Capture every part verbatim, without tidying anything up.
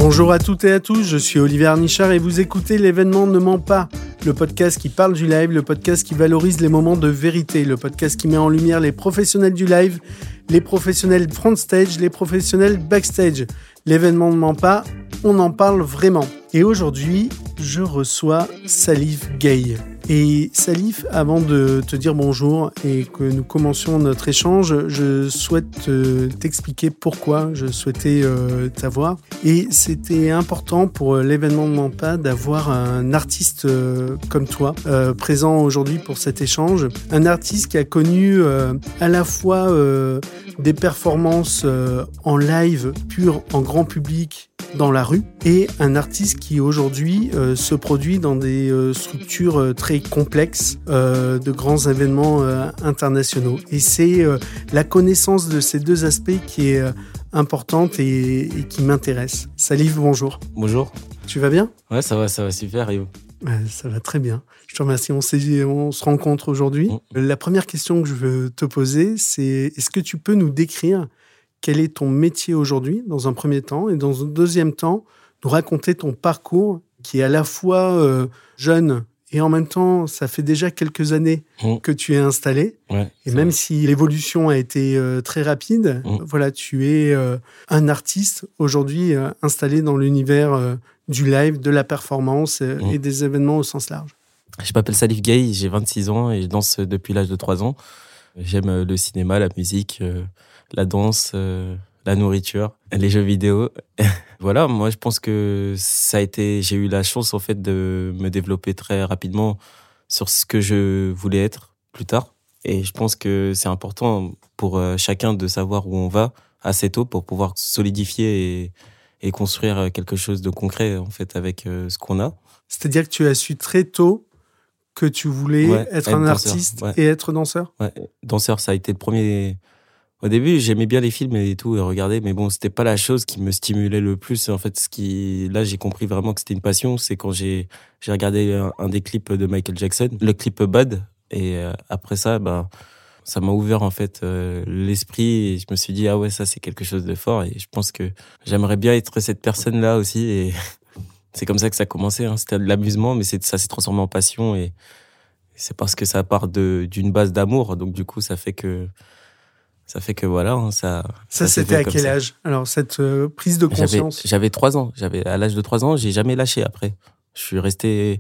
Bonjour à toutes et à tous, je suis Olivier Arnichard et vous écoutez L'événement ne ment pas, le podcast qui parle du live, le podcast qui valorise les moments de vérité, le podcast qui met en lumière les professionnels du live, les professionnels front stage, les professionnels backstage. L'événement ne ment pas, on en parle vraiment. Et aujourd'hui, je reçois Salif Gay. Et Salif, avant de te dire bonjour et que nous commencions notre échange, je souhaite euh, t'expliquer pourquoi je souhaitais euh, t'avoir. Et c'était important pour l'événement ne ment pas d'avoir un artiste euh, comme toi euh, présent aujourd'hui pour cet échange. Un artiste qui a connu euh, à la fois euh, des performances euh, en live pur, en grand public, dans la rue, et un artiste qui aujourd'hui euh, se produit dans des euh, structures euh, très complexes, euh, de grands événements euh, internationaux. Et c'est euh, la connaissance de ces deux aspects qui est euh, importante et, et qui m'intéresse. Salif, bonjour. Bonjour. Tu vas bien ? Ouais, ça va, ça va super, et vous ? Ouais, ça va très bien. Je te remercie. On, s'est, on se rencontre aujourd'hui. Mmh. La première question que je veux te poser, c'est est-ce que tu peux nous décrire quel est ton métier aujourd'hui, dans un premier temps, et dans un deuxième temps, nous raconter ton parcours qui est à la fois euh, jeune et en même temps, ça fait déjà quelques années mmh. que tu es installé. Ouais, et même vrai. Si l'évolution a été euh, très rapide, mmh. voilà, tu es euh, un artiste aujourd'hui euh, installé dans l'univers euh, du live, de la performance euh, mmh. et des événements au sens large. Je m'appelle Salif Gay, j'ai vingt-six ans et je danse depuis l'âge de trois ans. J'aime le cinéma, la musique, euh, la danse, euh, la nourriture, les jeux vidéo. Voilà, moi je pense que ça a été, j'ai eu la chance en fait de me développer très rapidement sur ce que je voulais être plus tard. Et je pense que c'est important pour chacun de savoir où on va assez tôt pour pouvoir solidifier et, et construire quelque chose de concret en fait avec ce qu'on a. C'est-à-dire que tu as su très tôt que tu voulais ouais, être, être un danseur, artiste ouais. et être danseur ? Ouais, danseur, ça a été le premier. Au début, j'aimais bien les films et tout, et regarder, mais bon, c'était pas la chose qui me stimulait le plus. En fait, ce qui, là, j'ai compris vraiment que c'était une passion, c'est quand j'ai, j'ai regardé un, un des clips de Michael Jackson, le clip Bad, et euh, après ça, ben, ça m'a ouvert, en fait, euh, l'esprit, et je me suis dit, ah ouais, ça, c'est quelque chose de fort, et je pense que j'aimerais bien être cette personne-là aussi, et c'est comme ça que ça a commencé, hein. C'était de l'amusement, mais c'est, ça s'est transformé en passion, et c'est parce que ça part de, d'une base d'amour, donc du coup, ça fait que, ça fait que voilà, hein, ça. Ça, ça c'était à quel ça. âge ? Alors, cette euh, prise de conscience ? J'avais, j'avais trois ans. J'avais, à l'âge de trois ans, j'ai jamais lâché après. Je suis resté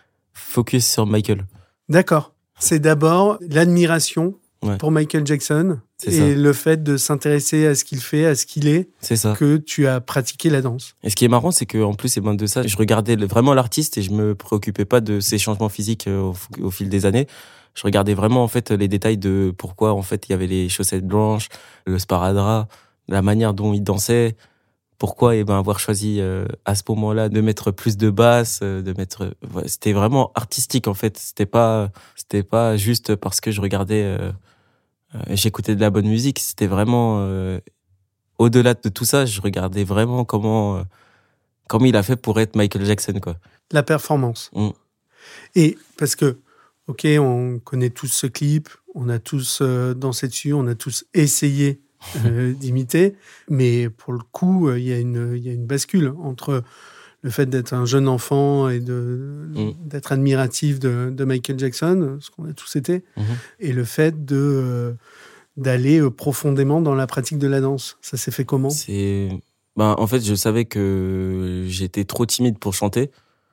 focus sur Michael. D'accord. C'est d'abord l'admiration ouais. pour Michael Jackson c'est et ça. le fait de s'intéresser à ce qu'il fait, à ce qu'il est, c'est ça. que tu as pratiqué la danse. Et ce qui est marrant, c'est qu'en plus, et ben de ça, je regardais vraiment l'artiste et je me préoccupais pas de ses changements physiques au, au fil des années. Je regardais vraiment en fait les détails de pourquoi en fait il y avait les chaussettes blanches, le sparadrap, la manière dont il dansait, pourquoi et ben avoir choisi euh, à ce moment-là de mettre plus de basses, euh, de mettre ouais, c'était vraiment artistique en fait, c'était pas c'était pas juste parce que je regardais euh, euh, j'écoutais de la bonne musique, c'était vraiment euh, au-delà de tout ça, je regardais vraiment comment euh, comment il a fait pour être Michael Jackson quoi. La performance. Mm. Et parce que ok, on connaît tous ce clip, on a tous euh, dansé dessus, on a tous essayé euh, d'imiter, mais pour le coup, il y a une, il y a une bascule entre le fait d'être un jeune enfant et de, mmh. d'être admiratif de, de Michael Jackson, ce qu'on a tous été, mmh. et le fait de, euh, d'aller profondément dans la pratique de la danse. Ça s'est fait comment ? C'est... Ben, en fait, je savais que j'étais trop timide pour chanter.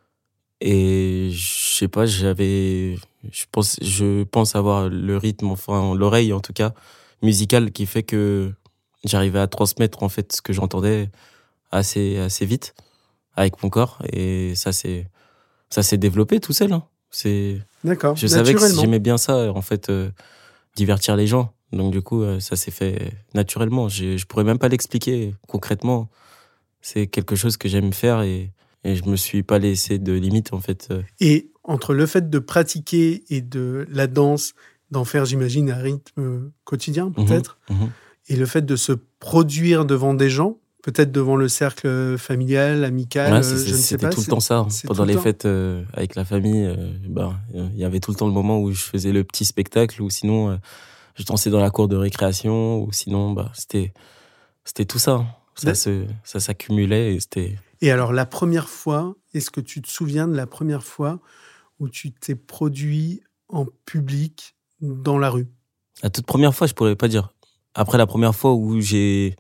Et je sais pas, j'avais, je pense, je pense avoir le rythme, enfin l'oreille en tout cas musicale qui fait que j'arrivais à transmettre en fait ce que j'entendais assez assez vite avec mon corps et ça c'est ça s'est développé tout seul. Hein. C'est. D'accord. Je savais que j'aimais bien ça en fait, euh, divertir les gens. Donc du coup, euh, ça s'est fait naturellement. Je je pourrais même pas l'expliquer concrètement. C'est quelque chose que j'aime faire et Et je me suis pas laissé de limite, en fait. Et entre le fait de pratiquer et de la danse, d'en faire, j'imagine, un rythme quotidien, peut-être, mmh, mmh. et le fait de se produire devant des gens, peut-être devant le cercle familial, amical, ouais, je ne sais pas. C'était tout le temps ça. Pendant les fêtes euh, avec la famille, il euh, ben, y avait tout le temps le moment où je faisais le petit spectacle, ou sinon, euh, je dansais dans la cour de récréation, ou sinon, bah, c'était, c'était tout ça. Ça, se, ça s'accumulait et c'était... Et alors, la première fois, est-ce que tu te souviens de la première fois où tu t'es produit en public dans la rue? La toute première fois, je pourrais pas dire. Après la première fois où j'ai...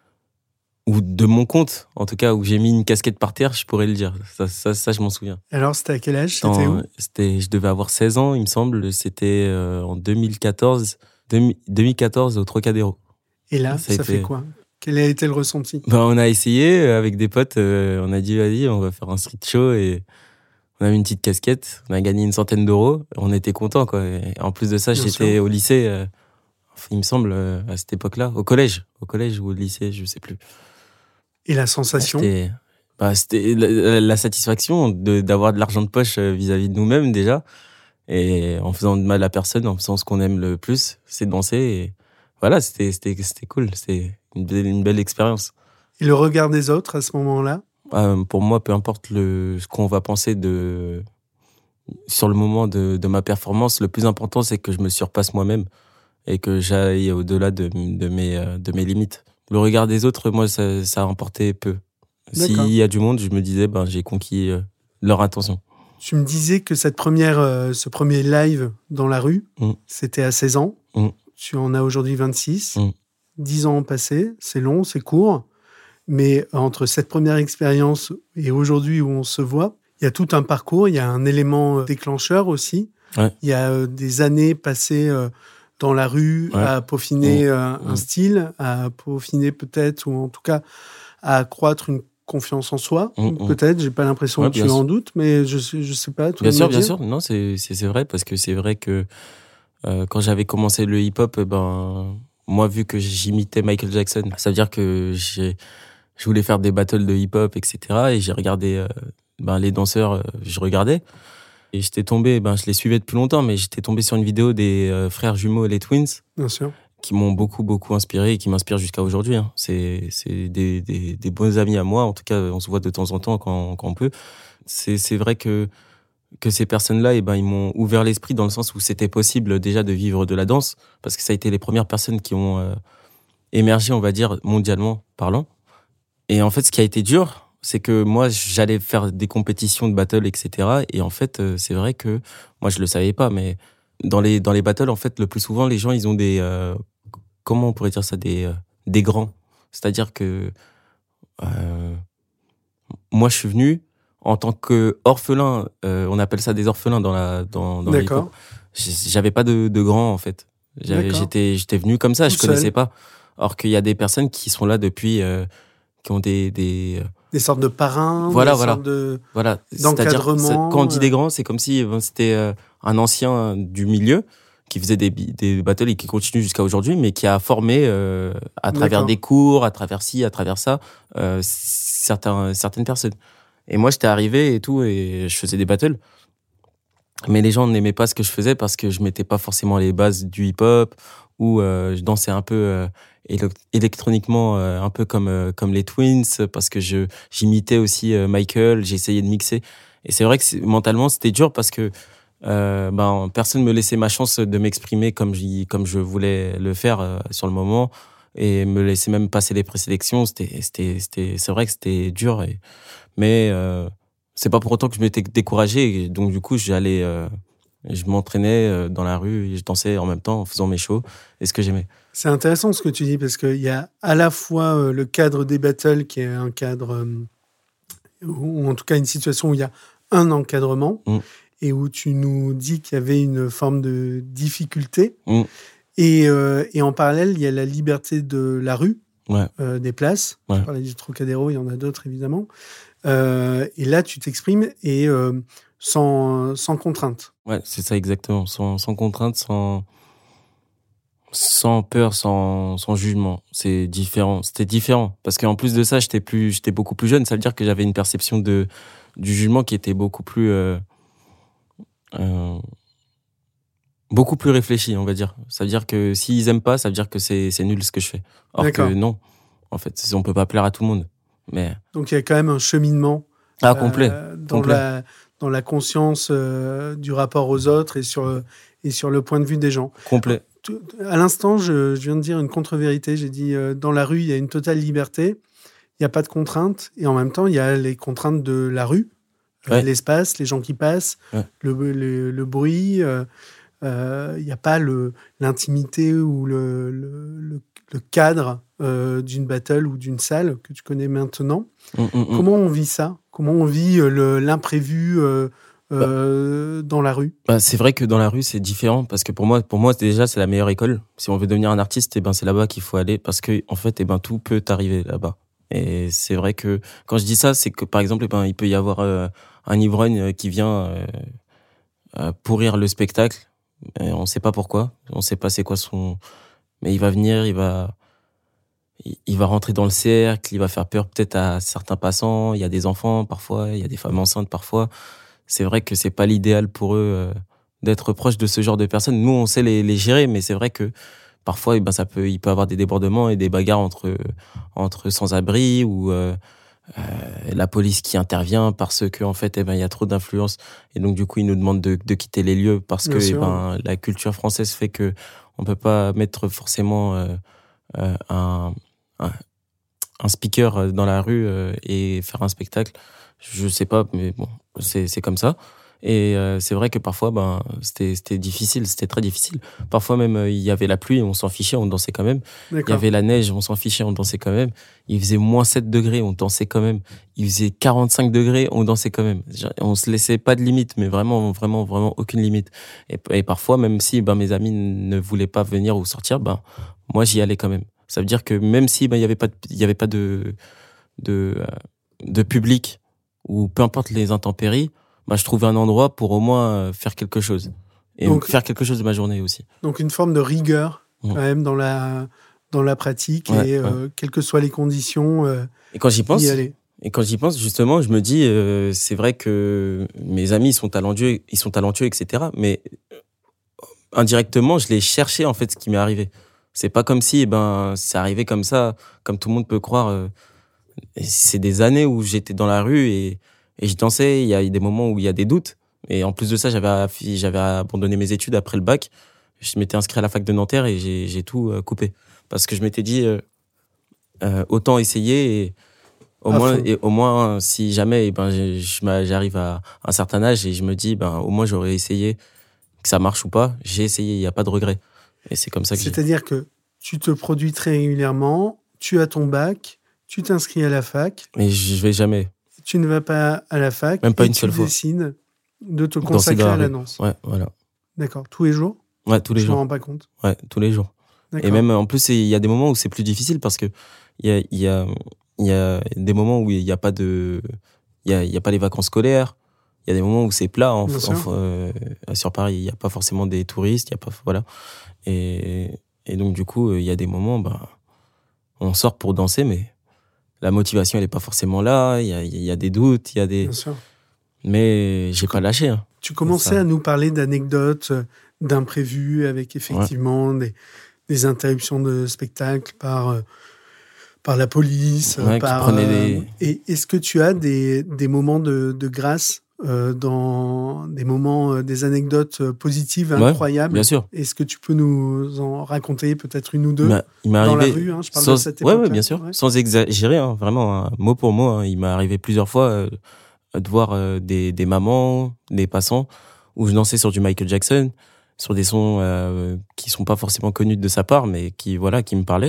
ou de mon compte, en tout cas, où j'ai mis une casquette par terre, je pourrais le dire. Ça, ça, ça je m'en souviens. Alors, c'était à quel âge? C'était Dans- où? c'était, je devais avoir seize ans, il me semble. C'était euh, en deux mille quatorze, deux mille quatorze au Trocadéro. Et là, Ça ça, a fait été- quoi? Quel a été le ressenti? Ben, on a essayé euh, avec des potes. euh, on a dit, vas-y, on va faire un street show. Et on a mis une petite casquette. On a gagné une centaine d'euros. On était contents, quoi. Et en plus de ça, Bien j'étais sûr. au lycée, euh, il me semble, euh, à cette époque-là. Au collège. Au collège ou au lycée, je sais plus. Et la sensation? C'était, bah, c'était la, la satisfaction de, d'avoir de l'argent de poche euh, vis-à-vis de nous-mêmes, déjà. Et en faisant de mal à personne, en faisant ce qu'on aime le plus, c'est danser. Et voilà, c'était, c'était, c'était cool. C'était une belle, une belle expérience. Et le regard des autres à ce moment-là? Euh, pour moi, peu importe le, ce qu'on va penser de, sur le moment de, de ma performance, le plus important, c'est que je me surpasse moi-même et que j'aille au-delà de, de, mes, euh, de mes limites. Le regard des autres, moi, ça, ça a importé peu. D'accord. S'il y a du monde, je me disais, ben, j'ai conquis euh, leur attention. Tu me disais que cette première, euh, ce premier live dans la rue, Mm. c'était à seize ans. Mm. Tu en as aujourd'hui vingt-six. Mm. dix ans ont passé. C'est long, c'est court. Mais entre cette première expérience et aujourd'hui où on se voit, il y a tout un parcours. Il y a un élément déclencheur aussi. Ouais. Il y a euh, des années passées euh, dans la rue Ouais. à peaufiner Mm. euh, un Mm. style, à peaufiner peut-être, ou en tout cas à accroître une confiance en soi. Mm. Peut-être, j'ai pas l'impression Ouais, que tu bien en sûr. doutes, mais je sais, je sais pas. toi Bien de sûr, me bien dire. sûr. Non, c'est, c'est, c'est vrai, parce que c'est vrai que euh, quand j'avais commencé le hip-hop, eh ben, moi, vu que j'imitais Michael Jackson, ça veut dire que j'ai, je voulais faire des battles de hip-hop, et cetera. Et j'ai regardé euh, ben, les danseurs, euh, je regardais. Et j'étais tombé, ben, je les suivais depuis longtemps, mais j'étais tombé sur une vidéo des euh, frères jumeaux, les Twins, Bien sûr. qui m'ont beaucoup, beaucoup inspiré et qui m'inspirent jusqu'à aujourd'hui. Hein. C'est, c'est des, des, des bons amis à moi. En tout cas, on se voit de temps en temps quand, quand on peut. C'est, c'est vrai que, que ces personnes-là, eh ben, ils m'ont ouvert l'esprit dans le sens où c'était possible déjà de vivre de la danse, parce que ça a été les premières personnes qui ont euh, émergé, on va dire, mondialement parlant. Et en fait, ce qui a été dur, c'est que moi, j'allais faire des compétitions de battle, et cetera. Et en fait, euh, c'est vrai que moi, je le savais pas, mais dans les dans les battles, en fait, le plus souvent, les gens, ils ont des euh, comment on pourrait dire ça, des euh, des grands. C'est-à-dire que euh, moi, je suis venu en tant que orphelin. Euh, on appelle ça des orphelins dans la dans dans le hip-hop. D'accord. J'avais pas de de grands en fait. J'avais, D'accord. j'étais j'étais venu comme ça, Tout je connaissais seul. pas. Alors qu'il y a des personnes qui sont là depuis, euh, qui ont des des euh, Des sortes de parrains, Voilà, des voilà. sortes de... Voilà, c'est-à-dire, D'encadrement, c'est- quand on dit euh. des grands, c'est comme si ben, c'était euh, un ancien du milieu qui faisait des, bi- des battles et qui continue jusqu'à aujourd'hui, mais qui a formé euh, à travers D'accord. des cours, à travers ci, à travers ça, euh, certains, certaines personnes. Et moi, j'étais arrivé et tout, et je faisais des battles. Mais les gens n'aimaient pas ce que je faisais parce que je mettais pas forcément les bases du hip-hop, ou euh, je dansais un peu euh, éle- électroniquement, euh, un peu comme euh, comme les Twins, parce que je j'imitais aussi euh, Michael, j'essayais de mixer. Et c'est vrai que c'est- mentalement c'était dur parce que euh, ben personne me laissait ma chance de m'exprimer comme j'y comme je voulais le faire euh, sur le moment, et me laissait même passer les présélections. C'était c'était c'était c'est vrai que c'était dur, et, mais euh, c'est pas pour autant que je m'étais découragé. Et donc du coup j'allais euh, je m'entraînais euh, dans la rue et je dansais en même temps en faisant mes shows, et ce que j'aimais. C'est intéressant ce que tu dis, parce qu'il y a à la fois euh, le cadre des battles, qui est un cadre, euh, ou en tout cas une situation où il y a un encadrement, Mm. et où tu nous dis qu'il y avait une forme de difficulté. Mm. Et, euh, et en parallèle, il y a la liberté de la rue, Ouais. euh, des places. Ouais. Je parlais du Trocadéro, il y en a d'autres évidemment. Euh, et là, tu t'exprimes, et euh, sans, sans contrainte. Ouais, c'est ça exactement. Sans, sans contrainte, sans, sans peur, sans, sans jugement. C'est différent. C'était différent. Parce qu'en plus de ça, j'étais plus, j'étais beaucoup plus jeune. Ça veut dire que j'avais une perception de, du jugement qui était beaucoup plus, euh, euh, beaucoup plus réfléchie, on va dire. Ça veut dire que s'ils aiment pas, ça veut dire que c'est, c'est nul ce que je fais. Or D'accord. que non. En fait, on peut pas plaire à tout le monde. Mais, Donc il y a quand même un cheminement ah, euh, complet. dans, complet. La, dans la conscience euh, du rapport aux autres, et sur, et sur le point de vue des gens. Complet. À l'instant, je, je viens de dire une contre-vérité. J'ai dit euh, dans la rue, il y a une totale liberté. il n'y a pas de contraintes, et en même temps, il y a les contraintes de la rue, ouais. euh, l'espace, les gens qui passent, ouais. le, le, le bruit. Euh, il n'y a pas le, l'intimité ou le, le, le, le cadre euh, d'une battle ou d'une salle que tu connais maintenant. Mmh, mmh, Comment on vit ça ? Comment on vit le, l'imprévu euh, euh, bah, dans la rue ? Bah, c'est vrai que dans la rue, c'est différent parce que pour moi, pour moi déjà, c'est la meilleure école. Si on veut devenir un artiste, eh ben, c'est là-bas qu'il faut aller parce que, en fait, eh ben, tout peut arriver là-bas. Et c'est vrai que quand je dis ça, c'est que par exemple, eh ben, il peut y avoir euh, un ivrogne qui vient euh, euh, pourrir le spectacle. Et on ne sait pas pourquoi, on ne sait pas c'est quoi son... Mais il va venir, il va... il va rentrer dans le cercle, il va faire peur peut-être à certains passants. Il y a des enfants parfois, il y a des femmes enceintes parfois. C'est vrai que c'est pas l'idéal pour eux euh, d'être proche de ce genre de personnes. Nous, on sait les, les gérer, mais c'est vrai que parfois, eh ben, ça peut, il peut y avoir des débordements et des bagarres entre, entre sans-abri ou euh, euh, la police qui intervient parce que en fait, eh ben, il y a trop d'influence et donc du coup, ils nous demandent de, de quitter les lieux parce Bien que eh ben, la culture française fait que on peut pas mettre forcément euh, euh, un Un, un speaker dans la rue euh, et faire un spectacle, je sais pas, mais bon, c'est c'est comme ça. Et euh, c'est vrai que parfois, ben, c'était c'était difficile, c'était très difficile. Parfois même, il euh, y avait la pluie, on s'en fichait, on dansait quand même. Il y avait la neige, on s'en fichait, on dansait quand même. Il faisait moins sept degrés, on dansait quand même. Il faisait quarante-cinq degrés, on dansait quand même. On se laissait pas de limite, mais vraiment, vraiment, vraiment aucune limite. Et, et parfois, même si ben, mes amis ne voulaient pas venir ou sortir, ben, moi, j'y allais quand même. Ça veut dire que même si ben, il y avait pas de, il y avait pas de de de public ou peu importe les intempéries, ben, je trouvais un endroit pour au moins faire quelque chose et donc, faire quelque chose de ma journée aussi. Donc une forme de rigueur quand mmh. même dans la dans la pratique ouais, et ouais. Euh, quelles que soient les conditions. Euh, et quand j'y pense, y aller. Et quand j'y pense justement, je me dis euh, c'est vrai que mes amis sont talentueux, ils sont talentueux, et cetera. Mais indirectement, je les cherchais en fait ce qui m'est arrivé. C'est pas comme si, eh ben, c'est arrivé comme ça, comme tout le monde peut croire. Euh, c'est des années où j'étais dans la rue et, et je dansais. Il y a des moments où il y a des doutes. Et en plus de ça, j'avais, j'avais abandonné mes études après le bac. Je m'étais inscrit à la fac de Nanterre et j'ai, j'ai tout euh, coupé. Parce que je m'étais dit, euh, euh, autant essayer et au ah, moins, et au moins, si jamais, eh ben, je, je, j'arrive à un certain âge et je me dis, ben, au moins j'aurais essayé, que ça marche ou pas. J'ai essayé, il n'y a pas de regret. Et c'est comme ça que C'est-à-dire j'ai... que tu te produis très régulièrement, tu as ton bac, tu t'inscris à la fac. Mais je vais jamais. Tu ne vas pas à la fac. Même pas et une seule fois. Tu décides de te consacrer à la danse. Ouais, voilà. D'accord. Tous les jours ? Ouais, tous les je jours. Je me rends pas compte. Ouais, tous les jours. D'accord. Et même, en plus, il y a des moments où c'est plus difficile parce que il y a, il y a, il y a des moments où il n'y a pas de, il y a, il y a pas les vacances scolaires. Il y a des moments où c'est plat. En, en, euh, sur Paris, il n'y a pas forcément des touristes. Il y a pas, voilà. Et, et donc, du coup, il y a des moments, bah, on sort pour danser, mais la motivation, elle n'est pas forcément là. Il y a, il y a des doutes, il y a des... Bien sûr. Mais j'ai pas lâché. Hein. Tu commençais à nous parler d'anecdotes, d'imprévus, avec effectivement ouais. des, des interruptions de spectacle par, euh, par la police. Ouais, par, qui des... euh, et est-ce que tu as des, des moments de, de grâce Euh, dans des moments, euh, des anecdotes euh, positives, ouais, incroyables. Bien sûr. Est-ce que tu peux nous en raconter peut-être une ou deux il m'a, il m'est dans arrivé la rue hein, je parle sans, de cette époque-là. Ouais, ouais, bien sûr. Ouais. Sans exagérer, hein, vraiment, hein, mot pour mot. Hein, il m'est arrivé plusieurs fois euh, de voir euh, des, des mamans, des passants, où je dansais sur du Michael Jackson, sur des sons euh, qui sont pas forcément connus de sa part, mais qui, voilà, qui me parlaient.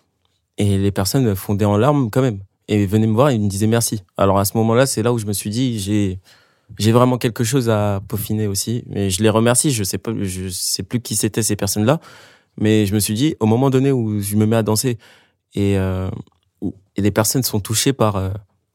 Et les personnes fondaient en larmes quand même. Et venaient me voir et ils me disaient merci. Alors à ce moment-là, c'est là où je me suis dit, j'ai... J'ai vraiment quelque chose à peaufiner aussi. Mais je les remercie. Je sais pas, je sais plus qui c'était ces personnes-là. Mais je me suis dit, au moment donné où je me mets à danser et, euh, et les personnes sont touchées par, euh,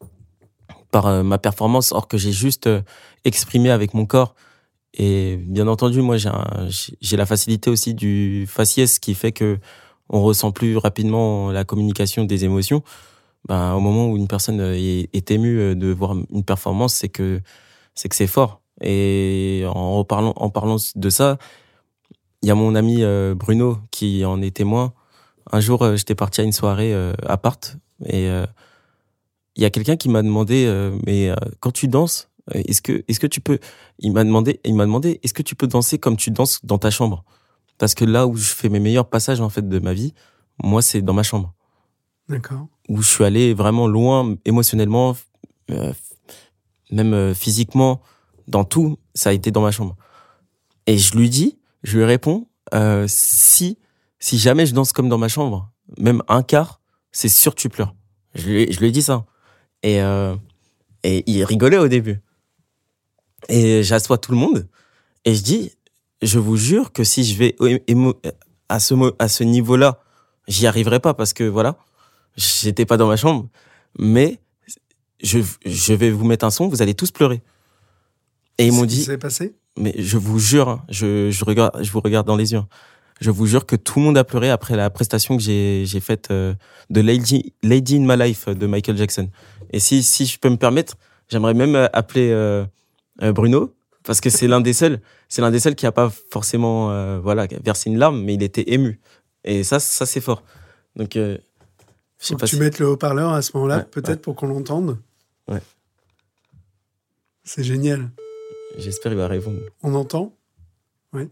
par euh, ma performance, or que j'ai juste euh, exprimé avec mon corps. Et bien entendu, moi, j'ai, un, j'ai la facilité aussi du faciès qui fait que on ressent plus rapidement la communication des émotions. Ben, au moment où une personne est, est émue de voir une performance, c'est que c'est que c'est fort. Et en parlant, en parlant de ça, il y a mon ami euh, Bruno qui en est témoin. Un jour, euh, j'étais parti à une soirée euh, à Part et euh, il y a quelqu'un qui m'a demandé, euh, mais euh, quand tu danses, est-ce que, est-ce que tu peux, il m'a demandé, il m'a demandé, est-ce que tu peux danser comme tu danses dans ta chambre ? Parce que là où je fais mes meilleurs passages en fait de ma vie, moi c'est dans ma chambre. D'accord. où je suis allé vraiment loin émotionnellement, euh, même euh, physiquement, dans tout, ça a été dans ma chambre. Et je lui dis, je lui réponds, euh, si, si jamais je danse comme dans ma chambre, même un quart, c'est sûr que tu pleures. Je lui, je lui ai dit ça. Et, euh, et il rigolait au début. Et j'assois tout le monde et je dis, je vous jure que si je vais émo- à ce, à ce niveau-là, j'y arriverai pas parce que voilà, j'étais pas dans ma chambre. Mais je, je vais vous mettre un son, vous allez tous pleurer. Et ils m'ont dit, qu'est-ce qui s'est passé ? Mais je vous jure, hein, je, je, regarde, je vous regarde dans les yeux. Je vous jure que tout le monde a pleuré après la prestation que j'ai, j'ai faite euh, de Lady, Lady in My Life de Michael Jackson. Et si, si je peux me permettre, j'aimerais même appeler euh, euh, Bruno, parce que c'est l'un des seuls, c'est l'un des seuls qui n'a pas forcément euh, voilà, versé une larme, mais il était ému. Et ça, ça c'est fort. Donc, euh, je sais Faut pas que tu si... mettes le haut-parleur à ce moment-là, Ouais, peut-être ouais. pour qu'on l'entende. Ouais. C'est génial. J'espère qu'il va répondre. On entend ? Oui.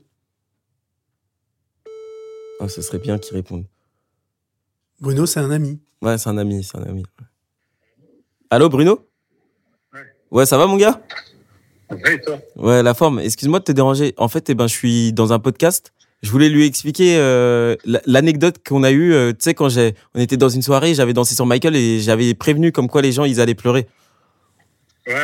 Oh, ce serait bien qu'il réponde. Bruno, c'est un ami. Ouais, c'est un ami, c'est un ami. Allô, Bruno ? Ouais. Ouais, ça va, mon gars ? Ouais, et toi ? Ouais, la forme. Excuse-moi de te déranger. En fait, eh ben, je suis dans un podcast. Je voulais lui expliquer euh, l'anecdote qu'on a eue. Euh, tu sais, quand j'ai, on était dans une soirée, j'avais dansé sur Michael et j'avais prévenu comme quoi les gens, ils allaient pleurer. Ouais.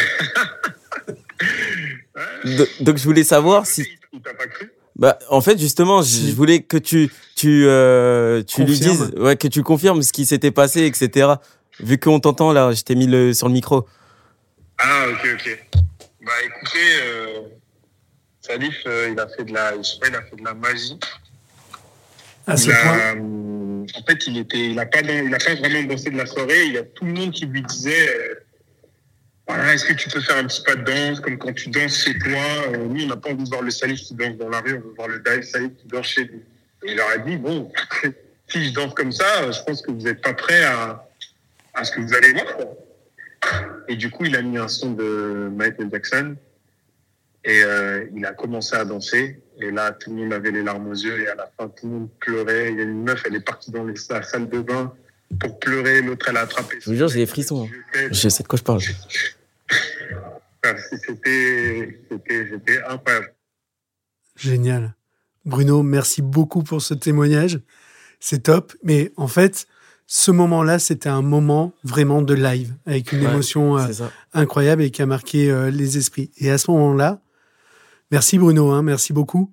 ouais. Do- donc, je voulais savoir si... Il t'a pas cru ? Bah, en fait, justement, je je voulais que tu, tu, euh, tu lui Confirme. dises, ouais, que tu confirmes ce qui s'était passé, et cetera. Vu qu'on t'entend là, je t'ai mis le, sur le micro. Ah, ok, ok. Bah, écoutez, euh, Salif, euh, il a fait de la, je sais pas, il a fait de la magie. À ce il a, point. euh, en fait, il était, il a pas, dans- il a pas vraiment dansé de la soirée. Il y a tout le monde qui lui disait, euh, voilà, est-ce que tu peux faire un petit pas de danse, comme quand tu danses chez toi. Euh, nous, on n'a pas envie de voir le Salif qui danse dans la rue, on veut voir le Daïf Salif qui danse chez lui. Et il leur a dit, bon, si je danse comme ça, je pense que vous n'êtes pas prêts à, à ce que vous allez voir, quoi. Et du coup, il a mis un son de Michael Jackson et euh, il a commencé à danser. Et là, tout le monde avait les larmes aux yeux et à la fin, tout le monde pleurait. Il y a une meuf, elle est partie dans les, la salle de bain pour pleurer. L'autre, elle a attrapé. Je vous jure, j'ai des frissons. Hein. Je sais de quoi je parle. C'était, c'était, c'était incroyable. Génial. Bruno, merci beaucoup pour ce témoignage. C'est top. Mais en fait, ce moment-là, c'était un moment vraiment de live, avec une Ouais, émotion euh, c'est ça. incroyable et qui a marqué euh, les esprits. Et à ce moment-là, merci Bruno, hein, merci beaucoup.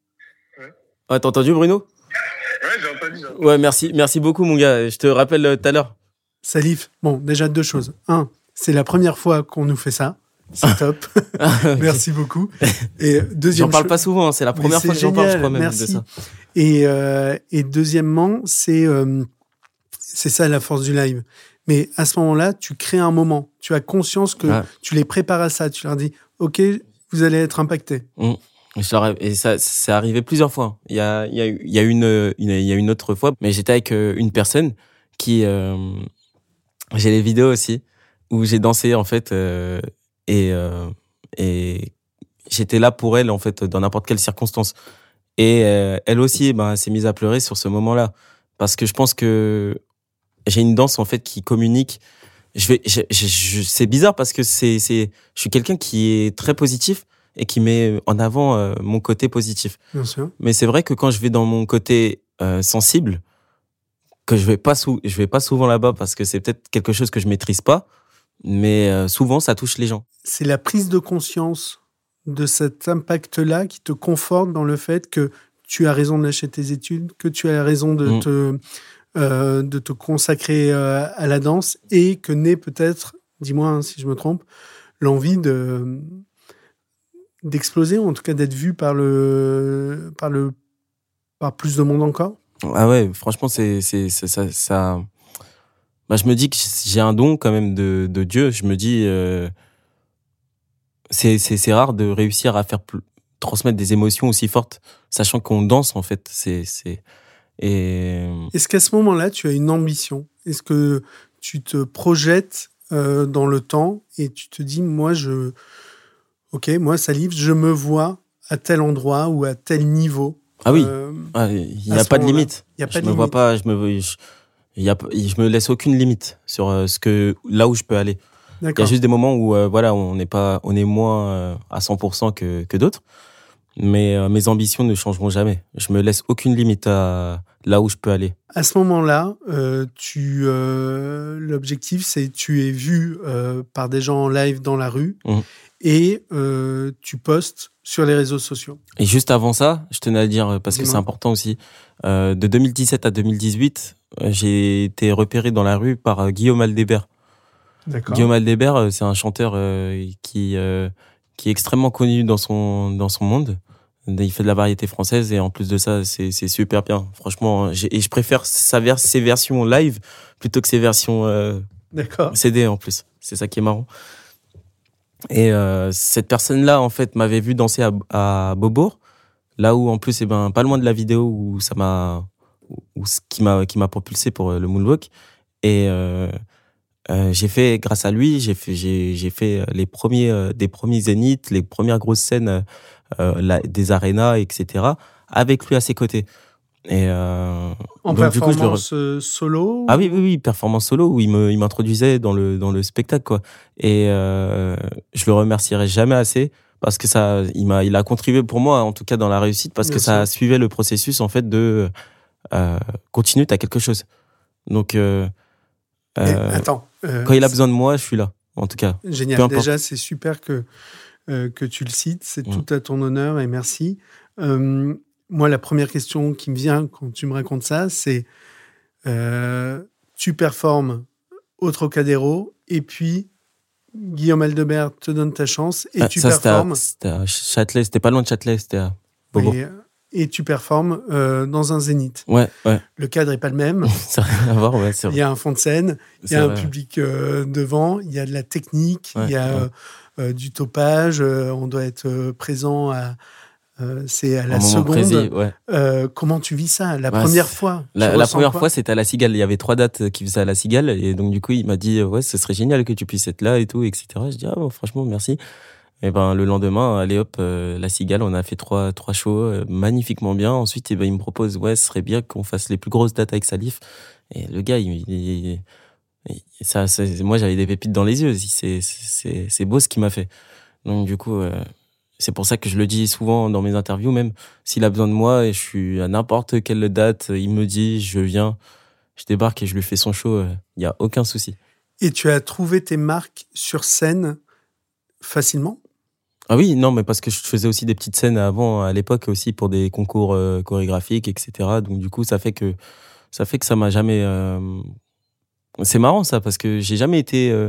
Ouais, t'as entendu, Bruno ? Ouais, j'ai entendu. J'ai entendu. Ouais, merci, merci beaucoup, mon gars. Je te rappelle euh, tout à l'heure. Salif, bon, déjà deux choses. Un, c'est la première fois qu'on nous fait ça. C'est top. Merci beaucoup. Et deuxième J'en parle cho- pas souvent, hein. C'est la Mais première c'est fois que j'en parle, je génial, crois même, merci. de ça. Et, euh, et deuxièmement, c'est euh, c'est ça la force du live. Mais à ce moment-là, tu crées un moment. Tu as conscience que Ouais. tu les prépares à ça. Tu leur dis, OK, vous allez être impactés. Mmh. Je leur ai- Et ça, c'est arrivé plusieurs fois. Il y a, il y a, eu- il y a une, une, il y a une autre fois, mais j'étais avec euh, une personne qui, euh, j'ai les vidéos aussi, où j'ai dansé, en fait, euh, et, euh, et j'étais là pour elle, en fait, dans n'importe quelle circonstance. Et euh, elle aussi, ben, elle s'est mise à pleurer sur ce moment-là. Parce que je pense que j'ai une danse, en fait, qui communique. Je vais, je, je, je- c'est bizarre parce que c'est, c'est, je suis quelqu'un qui est très positif et qui met en avant euh, mon côté positif. Bien sûr. Mais c'est vrai que quand je vais dans mon côté euh, sensible, que je vais pas sou- je vais pas souvent là-bas parce que c'est peut-être quelque chose que je maîtrise pas, mais euh, souvent ça touche les gens. C'est la prise de conscience de cet impact-là qui te conforte dans le fait que tu as raison de lâcher tes études, que tu as raison de Mm. te, euh, de te consacrer euh, à la danse et que naît peut-être, dis-moi hein, si je me trompe, l'envie de d'exploser, ou en tout cas d'être vu par le par le par plus de monde encore. Ah ouais, franchement c'est c'est, c'est ça, ça... Bah, je me dis que j'ai un don quand même de de Dieu. Je me dis euh, c'est c'est c'est rare de réussir à faire pl- transmettre des émotions aussi fortes, sachant qu'on danse en fait. C'est c'est et Est-ce qu'à ce moment-là, tu as une ambition? Est-ce que tu te projettes euh, dans le temps et tu te dis, moi, je, ok, moi, Salif, je me vois à tel endroit ou à tel niveau. ah oui. Euh, Ah, il n'y à a ce pas de moment-là, limite. il y a pas Je de me vois limite. pas, je me, je, il y a, je me laisse aucune limite sur euh, ce que, là où je peux aller. D'accord. Il y a juste des moments où, euh, voilà, on n'est pas, on est moins euh, à cent pour cent que, que d'autres. Mais euh, mes ambitions ne changeront jamais. Je me laisse aucune limite à là où je peux aller. À ce moment-là, euh, tu, euh, l'objectif, c'est tu es vu euh, par des gens en live dans la rue Mmh. et euh, tu postes sur les réseaux sociaux. Et juste avant ça, je tenais à dire, parce Dis-moi. que c'est important aussi, euh, de deux mille dix-sept à deux mille dix-huit, euh, j'ai été repéré dans la rue par euh, Guillaume Aldébert. D'accord. Guillaume Aldébert, euh, c'est un chanteur euh, qui, euh, qui est extrêmement connu dans son, dans son monde. Il fait de la variété française et en plus de ça, c'est, c'est super bien. Franchement, j'ai, et je préfère sa vers, ses versions live plutôt que ses versions euh, D'accord. C D en plus. C'est ça qui est marrant. Et euh, cette personne-là, en fait, m'avait vu danser à, à Beaubourg, là où en plus, eh ben, pas loin de la vidéo où ça m'a, où, ce qui m'a, qui m'a propulsé pour le moonwalk. Et euh, euh, j'ai fait, grâce à lui, j'ai fait, j'ai, j'ai fait les premiers, euh, des premiers zéniths, les premières grosses scènes. Euh, la, des arénas, et cetera, avec lui à ses côtés. Et euh, en donc, performance du coup, je le... solo Ah oui, oui, oui, performance solo, où il, me, il m'introduisait dans le, dans le spectacle, quoi. Et euh, je le remercierai jamais assez, parce que ça, il, m'a, il a contribué pour moi, en tout cas dans la réussite, parce Bien que sûr. ça suivait le processus, en fait, de euh, continue, t'as quelque chose. Donc, euh, euh, attends, euh, quand il a besoin de moi, je suis là, en tout cas. Génial. Déjà, c'est super que Euh, que tu le cites, c'est mmh. tout à ton honneur et merci. Euh, moi, la première question qui me vient quand tu me racontes ça, c'est euh, tu performes au Trocadéro et puis Guillaume Aldebert te donne ta chance et ah, tu ça, performes. C'était à, c'était à Châtelet, c'était pas loin de Châtelet, c'était à Beaubourg. Et, et tu performes euh, dans un zénith. Ouais, ouais. Le cadre n'est pas le même. Ça n'a rien à voir, ouais, c'est vrai. Il y a un fond de scène, il y a c'est un vrai, public euh, devant, il y a de la technique, ouais, il y a ouais. euh, euh, du topage, euh, on doit être euh, présent à, euh, c'est à la Un moment seconde. précis, ouais. Euh, comment tu vis ça la Bah, première c'est- fois tu La, la ressens première quoi fois, c'était à la Cigale. Il y avait trois dates qui faisaient à la Cigale. Et donc, du coup, il m'a dit, ouais, ce serait génial que tu puisses être là et tout, et cetera. Je dis, ah, bon, franchement, merci. Et ben, le lendemain, allez hop, euh, la Cigale, on a fait trois, trois shows euh, magnifiquement bien. Ensuite, eh ben, il me propose, ouais, ce serait bien qu'on fasse les plus grosses dates avec Salif. Et le gars, il, il- il- ça, c'est- moi, j'avais des pépites dans les yeux. C'est, c'est, c'est beau ce qu'il m'a fait. Donc, du coup, euh, c'est pour ça que je le dis souvent dans mes interviews, même s'il a besoin de moi et je suis à n'importe quelle date, il me dit, je viens, je débarque et je lui fais son show. Il n'y a aucun souci. Et tu as trouvé tes marques sur scène facilement? Ah oui, non, mais parce que je faisais aussi des petites scènes avant, à l'époque aussi, pour des concours euh, chorégraphiques, et cetera. Donc, du coup, ça fait que ça fait que ça m'a jamais... euh, C'est marrant, ça, parce que j'ai jamais été... euh,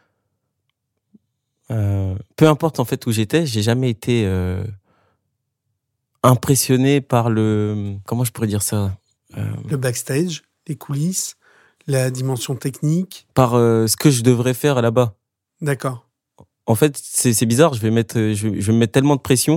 euh, Peu importe, en fait, où j'étais, j'ai jamais été euh, impressionné par le... Comment je pourrais dire ça? Euh, Le backstage, les coulisses, la dimension technique. Par euh, ce que je devrais faire là-bas. D'accord. En fait, c'est, c'est bizarre, je vais, mettre, je, vais, je vais me mettre tellement de pression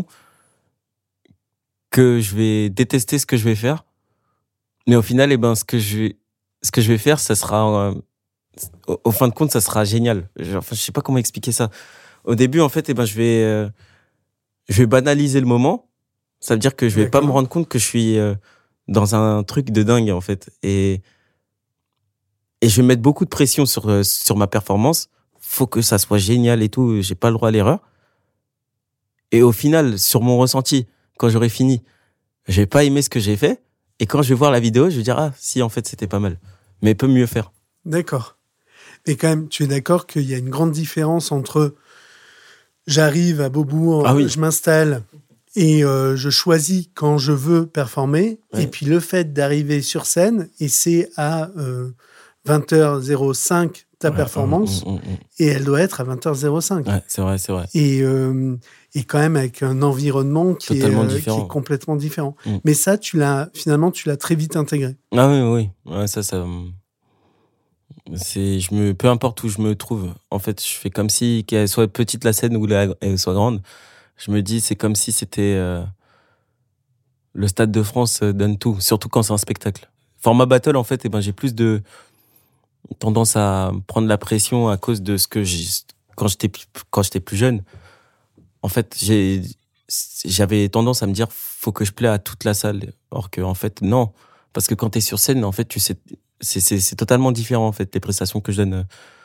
que je vais détester ce que je vais faire. Mais au final, eh ben, ce que je vais, ce que je vais faire, ça sera, euh, au, au fin de compte, ça sera génial. Je, enfin, je sais pas comment expliquer ça. Au début, en fait, eh ben, je vais, euh, je vais banaliser le moment. Ça veut dire que je vais D'accord. pas me rendre compte que je suis euh, dans un truc de dingue, en fait. Et, et je vais mettre beaucoup de pression sur, euh, sur ma performance. Faut que ça soit génial et tout. J'ai pas le droit à l'erreur. Et au final, sur mon ressenti, quand j'aurai fini, je vais pas aimer ce que j'ai fait. Et quand je vais voir la vidéo, je vais dire, ah, si, en fait, c'était pas mal. Mais peut mieux faire. D'accord. Mais quand même, tu es d'accord qu'il y a une grande différence entre j'arrive à Beaubourg, Ah oui. je m'installe et euh, je choisis quand je veux performer. Ouais. Et puis le fait d'arriver sur scène, et c'est à euh, vingt heures cinq ta Ouais, performance, hum, hum, hum, hum. et elle doit être à vingt heures cinq. Ouais, c'est vrai, c'est vrai. Et, euh, et quand même avec un environnement qui, est, Totalement euh, qui différent. est complètement différent. Mm. Mais ça, tu l'as, finalement, tu l'as très vite intégré. Ah oui, oui. Ouais, ça, ça. hum, C'est, je me, peu importe où je me trouve. En fait, je fais comme si, qu'elle soit petite la scène ou la- elle soit grande. Je me dis, c'est comme si c'était euh, le Stade de France euh, donne tout, surtout quand c'est un spectacle. Format battle, en fait, eh ben, j'ai plus de tendance à prendre la pression à cause de ce que j'ai, quand j'étais, quand j'étais plus jeune. En fait, j'ai, j'avais tendance à me dire, faut que je plaise à toute la salle. Or que, en fait, non. Parce que quand t'es sur scène, en fait, tu sais, c'est, c'est, c'est totalement différent, en fait, les prestations que je donne.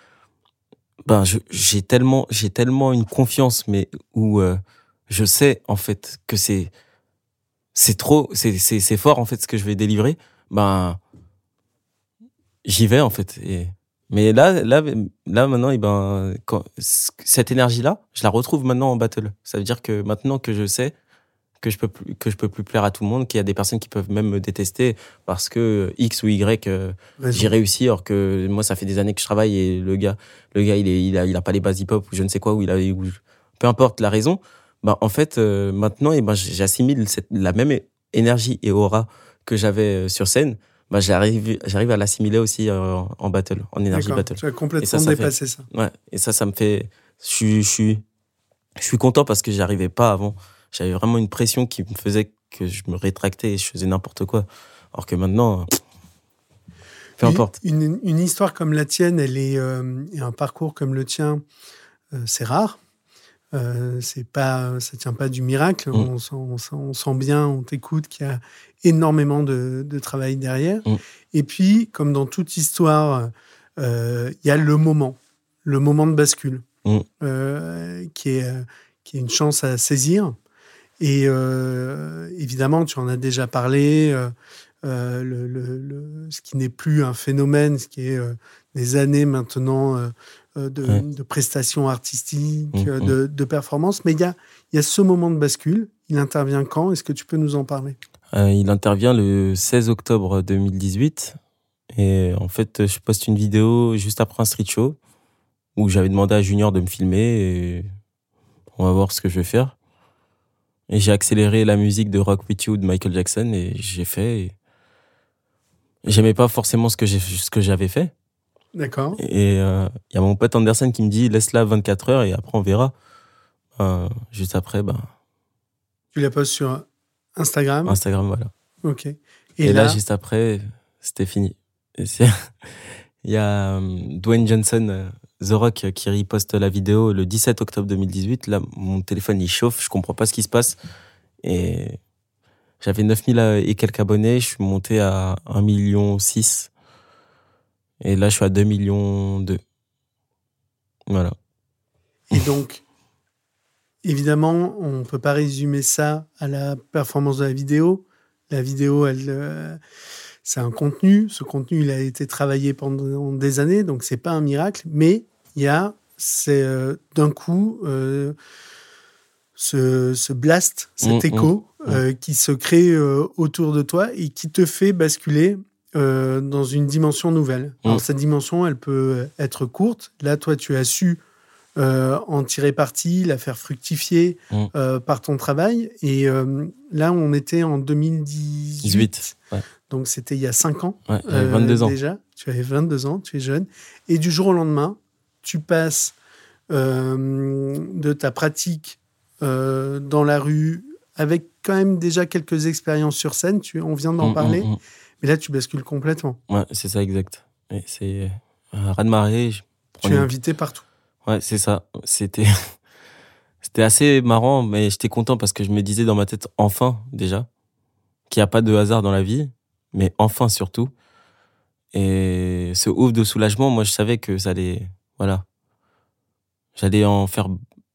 Ben, je, j'ai tellement, j'ai tellement une confiance, mais où euh, je sais, en fait, que c'est, c'est trop, c'est, c'est, c'est fort, en fait, ce que je vais délivrer. Ben, j'y vais, en fait. Et... Mais là, là, là, maintenant, et ben, quand, cette énergie-là, je la retrouve maintenant en battle. Ça veut dire que maintenant que je sais que je peux plus, que je peux plus plaire à tout le monde, qu'il y a des personnes qui peuvent même me détester parce que X ou Y, euh, j'ai réussi, alors que moi, ça fait des années que je travaille et le gars, le gars, il est, il a, il a pas les bases hip-hop ou je ne sais quoi, ou il a, ou, peu importe la raison. Ben, en fait, euh, maintenant, et ben, j'assimile cette, la même énergie et aura que j'avais sur scène. Bah, j'arrive, j'arrive à l'assimiler aussi en, en battle, en énergie D'accord, battle. tu as complètement et ça, ça dépassé fait, ça. Ouais, et ça, ça me fait, je suis, je suis, je suis content parce que j'y arrivais pas avant. J'avais vraiment une pression qui me faisait que je me rétractais et je faisais n'importe quoi. Alors que maintenant, peu importe. Une, une, une histoire comme la tienne, elle est, euh, et un parcours comme le tien, euh, c'est rare. Euh, c'est pas, ça tient pas du miracle. Mm. On, sent, on, sent, on sent bien, on t'écoute qu'il y a énormément de, de travail derrière. Mm. Et puis, comme dans toute histoire, il euh, y a le moment, le moment de bascule, mm. euh, qui est, qui est une chance à saisir. Et euh, évidemment, tu en as déjà parlé. Euh, euh, le, le, le, ce qui n'est plus un phénomène, ce qui est euh, des années maintenant. Euh, De, ouais. de prestations artistiques, mmh, de, de performances. Mais il y a, y a ce moment de bascule. Il intervient quand ? Est-ce que tu peux nous en parler ? euh, Il intervient le seize octobre deux mille dix-huit. Et en fait, je poste une vidéo juste après un street show où j'avais demandé à Junior de me filmer et on va voir ce que je vais faire. Et j'ai accéléré la musique de Rock With You de Michael Jackson et j'ai fait. Et... J'aimais pas forcément ce que, j'ai, ce que j'avais fait. D'accord. Et il euh, y a mon pote Anderson qui me dit laisse-la vingt-quatre heures et après on verra. Euh, juste après, bah. Tu la postes sur Instagram ? Instagram, voilà. Ok. Et, et là, là, juste après, c'était fini. Il y a um, Dwayne Johnson, euh, The Rock, qui riposte la vidéo le dix-sept octobre deux mille dix-huit. Là, mon téléphone il chauffe, je comprends pas ce qui se passe. Et j'avais neuf mille et quelques abonnés, je suis monté à un virgule six million. Et là, je suis à deux millions deux. Voilà. Et donc, évidemment, on ne peut pas résumer ça à la performance de la vidéo. La vidéo, elle, euh, c'est un contenu. Ce contenu, il a été travaillé pendant des années, donc ce n'est pas un miracle. Mais il y a, c'est, euh, d'un coup, euh, ce, ce blast, cet mmh, écho mmh, euh, mmh. qui se crée euh, autour de toi et qui te fait basculer Euh, dans une dimension nouvelle. Alors, mmh. cette dimension, elle peut être courte. Là, toi, tu as su euh, en tirer parti, la faire fructifier mmh. euh, par ton travail. Et euh, là, on était en deux mille dix-huit. dix-huit, ouais. Donc, c'était il y a cinq ans. Ouais, j'avais vingt-deux euh, ans. Déjà, tu avais vingt-deux ans, tu es jeune. Et du jour au lendemain, tu passes euh, de ta pratique euh, dans la rue avec quand même déjà quelques expériences sur scène. Tu, on vient d'en mmh, parler. Mmh, mmh. Mais là, tu bascules complètement. Ouais, c'est ça, exact. Et c'est un raz-de-marée. Tu es une... invité partout. Ouais, c'est ça. C'était... C'était assez marrant, mais j'étais content parce que je me disais dans ma tête, enfin, déjà, qu'il n'y a pas de hasard dans la vie, mais enfin, surtout. Et ce ouf de soulagement, moi, je savais que ça allait... Voilà. J'allais en faire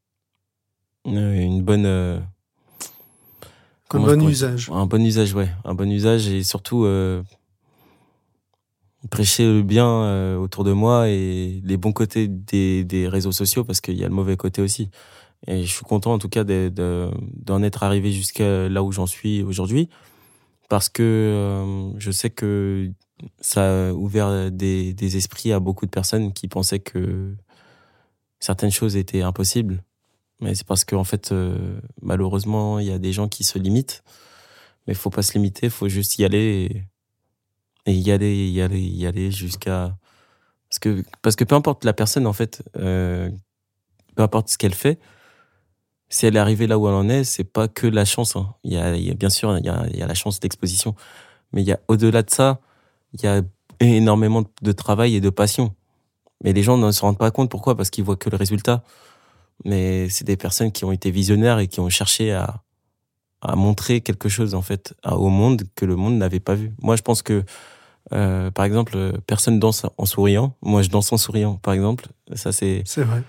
une bonne... Euh... Un bon usage. Un bon usage, ouais. Un bon usage et surtout euh, prêcher le bien euh, autour de moi et les bons côtés des, des réseaux sociaux parce qu'il y a le mauvais côté aussi. Et je suis content en tout cas de, de, d'en être arrivé jusqu'à là où j'en suis aujourd'hui parce que euh, je sais que ça a ouvert des, des esprits à beaucoup de personnes qui pensaient que certaines choses étaient impossibles. Mais c'est parce qu'en fait, euh, malheureusement, il y a des gens qui se limitent. Mais il ne faut pas se limiter, il faut juste y aller et, et y aller, y aller, y aller jusqu'à... Parce que, parce que peu importe la personne, en fait, euh, peu importe ce qu'elle fait, si elle est arrivée là où elle en est, c'est pas que la chance. Hein. Il y a, il y a, bien sûr, il y a, il y a la chance d'exposition. Mais il y a, au-delà de ça, il y a énormément de travail et de passion. Mais les gens ne se rendent pas compte. Pourquoi ? Parce qu'ils voient que le résultat. Mais c'est des personnes qui ont été visionnaires et qui ont cherché à, à montrer quelque chose en fait au monde que le monde n'avait pas vu. Moi, je pense que Euh, par exemple, euh, personne danse en souriant. Moi, je danse en souriant, par exemple. Ça, c'est. C'est vrai.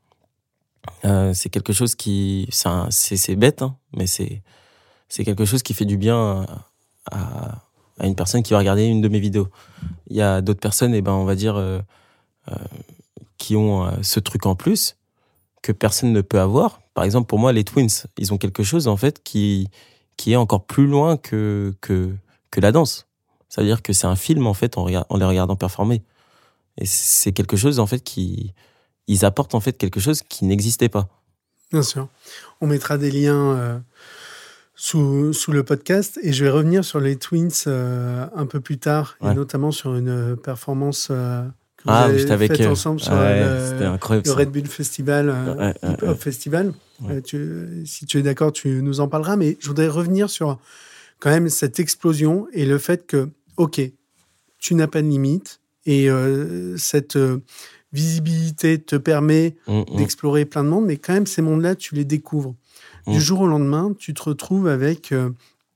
Euh, c'est quelque chose qui, c'est, un, c'est, c'est bête, hein, mais c'est, c'est quelque chose qui fait du bien à, à, à une personne qui va regarder une de mes vidéos. Il y a d'autres personnes, et ben, on va dire, euh, euh, qui ont euh, ce truc en plus que personne ne peut avoir. Par exemple, pour moi, les Twins, ils ont quelque chose en fait qui, qui est encore plus loin que que que la danse. C'est-à-dire que c'est un film en fait en, regard, en les regardant performer. Et c'est quelque chose en fait qui ils apportent en fait quelque chose qui n'existait pas. Bien sûr. On mettra des liens euh, sous, sous le podcast et je vais revenir sur les Twins euh, un peu plus tard, ouais. Et notamment sur une performance euh, que ah, vous avez faite avec, ensemble sur ouais, le, le Red Bull Festival, euh, ouais, ouais, Hip Hop ouais. Festival. Ouais. Euh, tu, si tu es d'accord, tu nous en parleras, mais je voudrais revenir sur quand même cette explosion et le fait que, ok, tu n'as pas de limite et euh, cette... Euh, visibilité te permet mmh, mmh. d'explorer plein de mondes, mais quand même, ces mondes-là, tu les découvres. Mmh. Du jour au lendemain, tu te retrouves avec euh,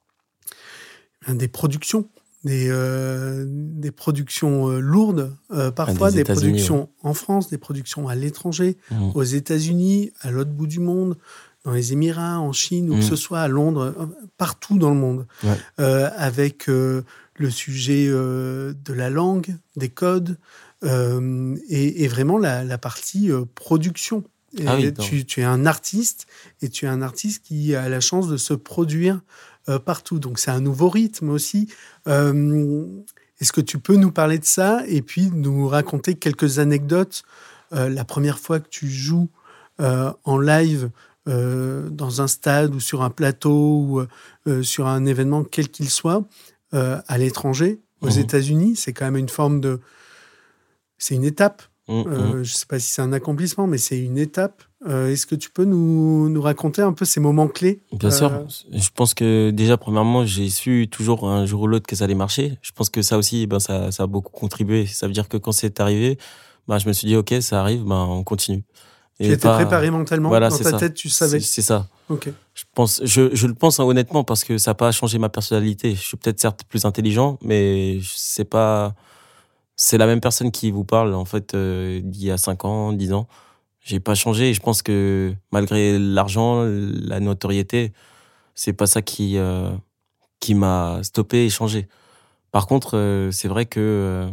des productions, des, euh, des productions euh, lourdes, euh, parfois ah, des, des productions ouais. en France, des productions à l'étranger, mmh. aux États-Unis, à l'autre bout du monde, dans les Émirats, en Chine, où mmh. que ce soit, à Londres, partout dans le monde, ouais. euh, avec euh, le sujet euh, de la langue, des codes, Euh, et, et vraiment la, la partie euh, production. Et ah oui, tu, tu es un artiste et tu es un artiste qui a la chance de se produire euh, partout. Donc c'est un nouveau rythme aussi. Euh, est-ce que tu peux nous parler de ça et puis nous raconter quelques anecdotes euh, la première fois que tu joues euh, en live euh, dans un stade ou sur un plateau ou euh, sur un événement quel qu'il soit euh, à l'étranger, aux mmh. États-Unis, c'est quand même une forme de c'est une étape. Mmh, euh, je ne sais pas si c'est un accomplissement, mais c'est une étape. Euh, est-ce que tu peux nous, nous raconter un peu ces moments clés ? Bien euh... sûr. Je pense que déjà, premièrement, j'ai su toujours un jour ou l'autre que ça allait marcher. Je pense que ça aussi, ben, ça, ça a beaucoup contribué. Ça veut dire que quand c'est arrivé, ben, je me suis dit, OK, ça arrive, ben, on continue. Et tu étais pas... préparé mentalement ? Voilà, dans c'est ta ça. tête, tu savais ? C'est, c'est ça. Okay. Je, pense, je, je le pense hein, honnêtement parce que ça n'a pas changé ma personnalité. Je suis peut-être certes plus intelligent, mais c'est pas... C'est la même personne qui vous parle, en fait, euh, d'il y a cinq ans, dix ans. J'ai pas changé et je pense que malgré l'argent, la notoriété, c'est pas ça qui, euh, qui m'a stoppé et changé. Par contre, euh, c'est vrai que euh,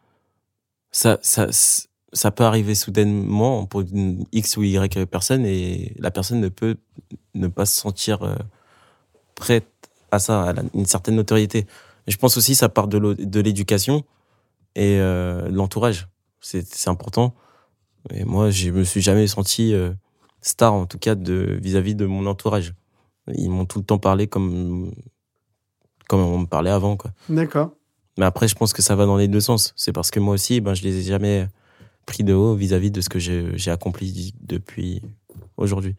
ça, ça, ça peut arriver soudainement pour une X ou Y personne et la personne ne peut ne pas se sentir euh, prête à ça, à une certaine notoriété. Et je pense aussi que ça part de, de l'éducation et euh, l'entourage, c'est, c'est important. Et moi, je me suis jamais senti euh, star, en tout cas de, vis-à-vis de mon entourage. Ils m'ont tout le temps parlé comme, comme on me parlait avant, quoi. D'accord. Mais après, je pense que ça va dans les deux sens. C'est parce que moi aussi, ben, je les ai jamais pris de haut vis-à-vis de ce que j'ai, j'ai accompli depuis aujourd'hui.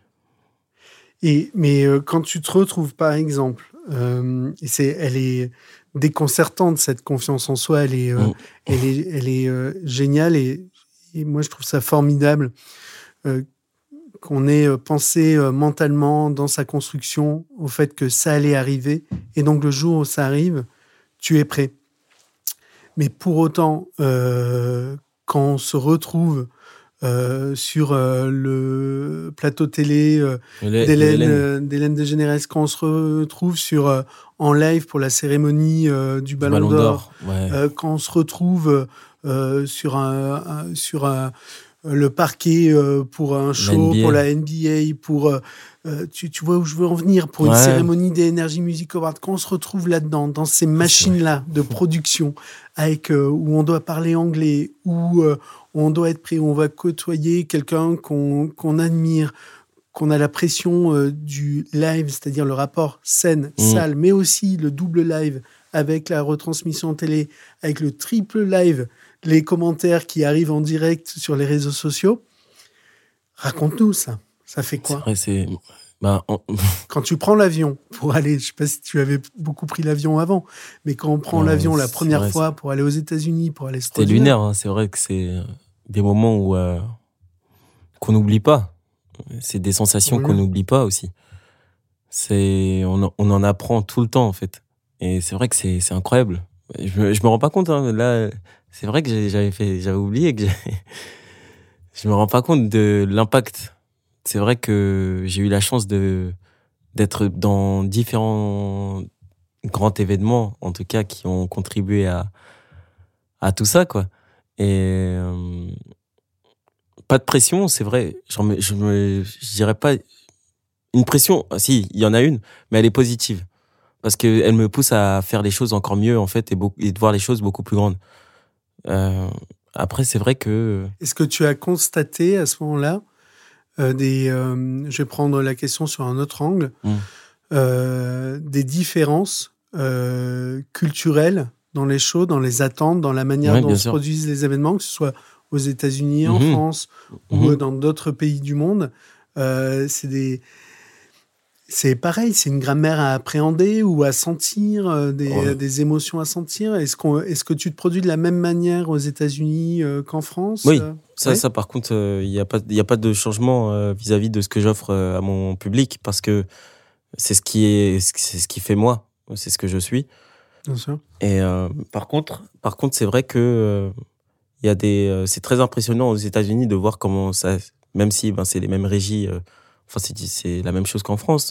Et, mais euh, quand tu te retrouves, par exemple, euh, et c'est, elle est déconcertante, cette confiance en soi, elle est, euh, mmh. elle est, elle est euh, géniale et, et moi, je trouve ça formidable euh, qu'on ait pensé euh, mentalement dans sa construction au fait que ça allait arriver et donc le jour où ça arrive, tu es prêt. Mais pour autant, euh, quand on se retrouve Euh, sur euh, le plateau télé euh, d'Hélène, euh, d'Hélène DeGeneres, quand on se retrouve sur, euh, en live pour la cérémonie euh, du Ballon, Ballon d'Or, d'Or ouais. euh, quand on se retrouve euh, sur, un, un, sur un, le parquet euh, pour un show, pour la N B A, pour, euh, tu, tu vois où je veux en venir, pour ouais. une cérémonie des Energy Music Awards, quand on se retrouve là-dedans, dans ces machines-là de production, avec, euh, où on doit parler anglais, où euh, on doit être prêt, où on va côtoyer quelqu'un qu'on, qu'on admire, qu'on a la pression euh, du live, c'est-à-dire le rapport scène-salle, mmh. mais aussi le double live avec la retransmission télé, avec le triple live, les commentaires qui arrivent en direct sur les réseaux sociaux. Raconte-nous ça. Ça fait quoi ? C'est vrai, c'est... Ben, on... Quand tu prends l'avion pour aller, je ne sais pas si tu avais beaucoup pris l'avion avant, mais quand on prend non, l'avion la première vrai, fois c'est... pour aller aux États-Unis, pour aller se C'était produire... lunaire, hein. C'est vrai que c'est des moments où, euh, qu'on n'oublie pas. C'est des sensations voilà. qu'on n'oublie pas aussi. C'est, on, on en apprend tout le temps, en fait. Et c'est vrai que c'est, c'est incroyable. Je me, je me rends pas compte, hein. Là, c'est vrai que j'ai- j'avais fait, j'avais oublié que j'ai- je me rends pas compte de l'impact. C'est vrai que j'ai eu la chance de, d'être dans différents grands événements, en tout cas, qui ont contribué à, à tout ça, quoi. Et, euh, pas de pression, c'est vrai. J'en me- je me, je dirais pas une pression. Ah, si, il y en a une, mais elle est positive. Parce qu'elle me pousse à faire les choses encore mieux, en fait, et, beaucoup, et de voir les choses beaucoup plus grandes. Euh, après, c'est vrai que... Est-ce que tu as constaté à ce moment-là euh, des, euh, je vais prendre la question sur un autre angle, Mm. euh, des différences euh, culturelles dans les shows, dans les attentes, dans la manière Ouais, dont bien se sûr. produisent les événements, que ce soit aux États-Unis, en Mhm. France ou Mhm. euh, dans d'autres pays du monde. Euh, c'est des, c'est pareil, c'est une grammaire à appréhender ou à sentir, euh, des, Ouais. des émotions à sentir. Est-ce qu'on, est-ce que tu te produis de la même manière aux États-Unis euh, qu'en France? Oui, euh ça, Ouais. ça par contre, il n'y a, pas- y a pas de changement euh, vis-à-vis de ce que j'offre euh, à mon public parce que c'est ce qui est, c'est ce qui fait moi, c'est ce que je suis. Bien sûr. Et euh, par contre, par contre, c'est vrai que euh, il y a des, euh, c'est très impressionnant aux États-Unis de voir comment ça, même si ben, c'est les mêmes régies, euh, enfin c'est c'est la même chose qu'en France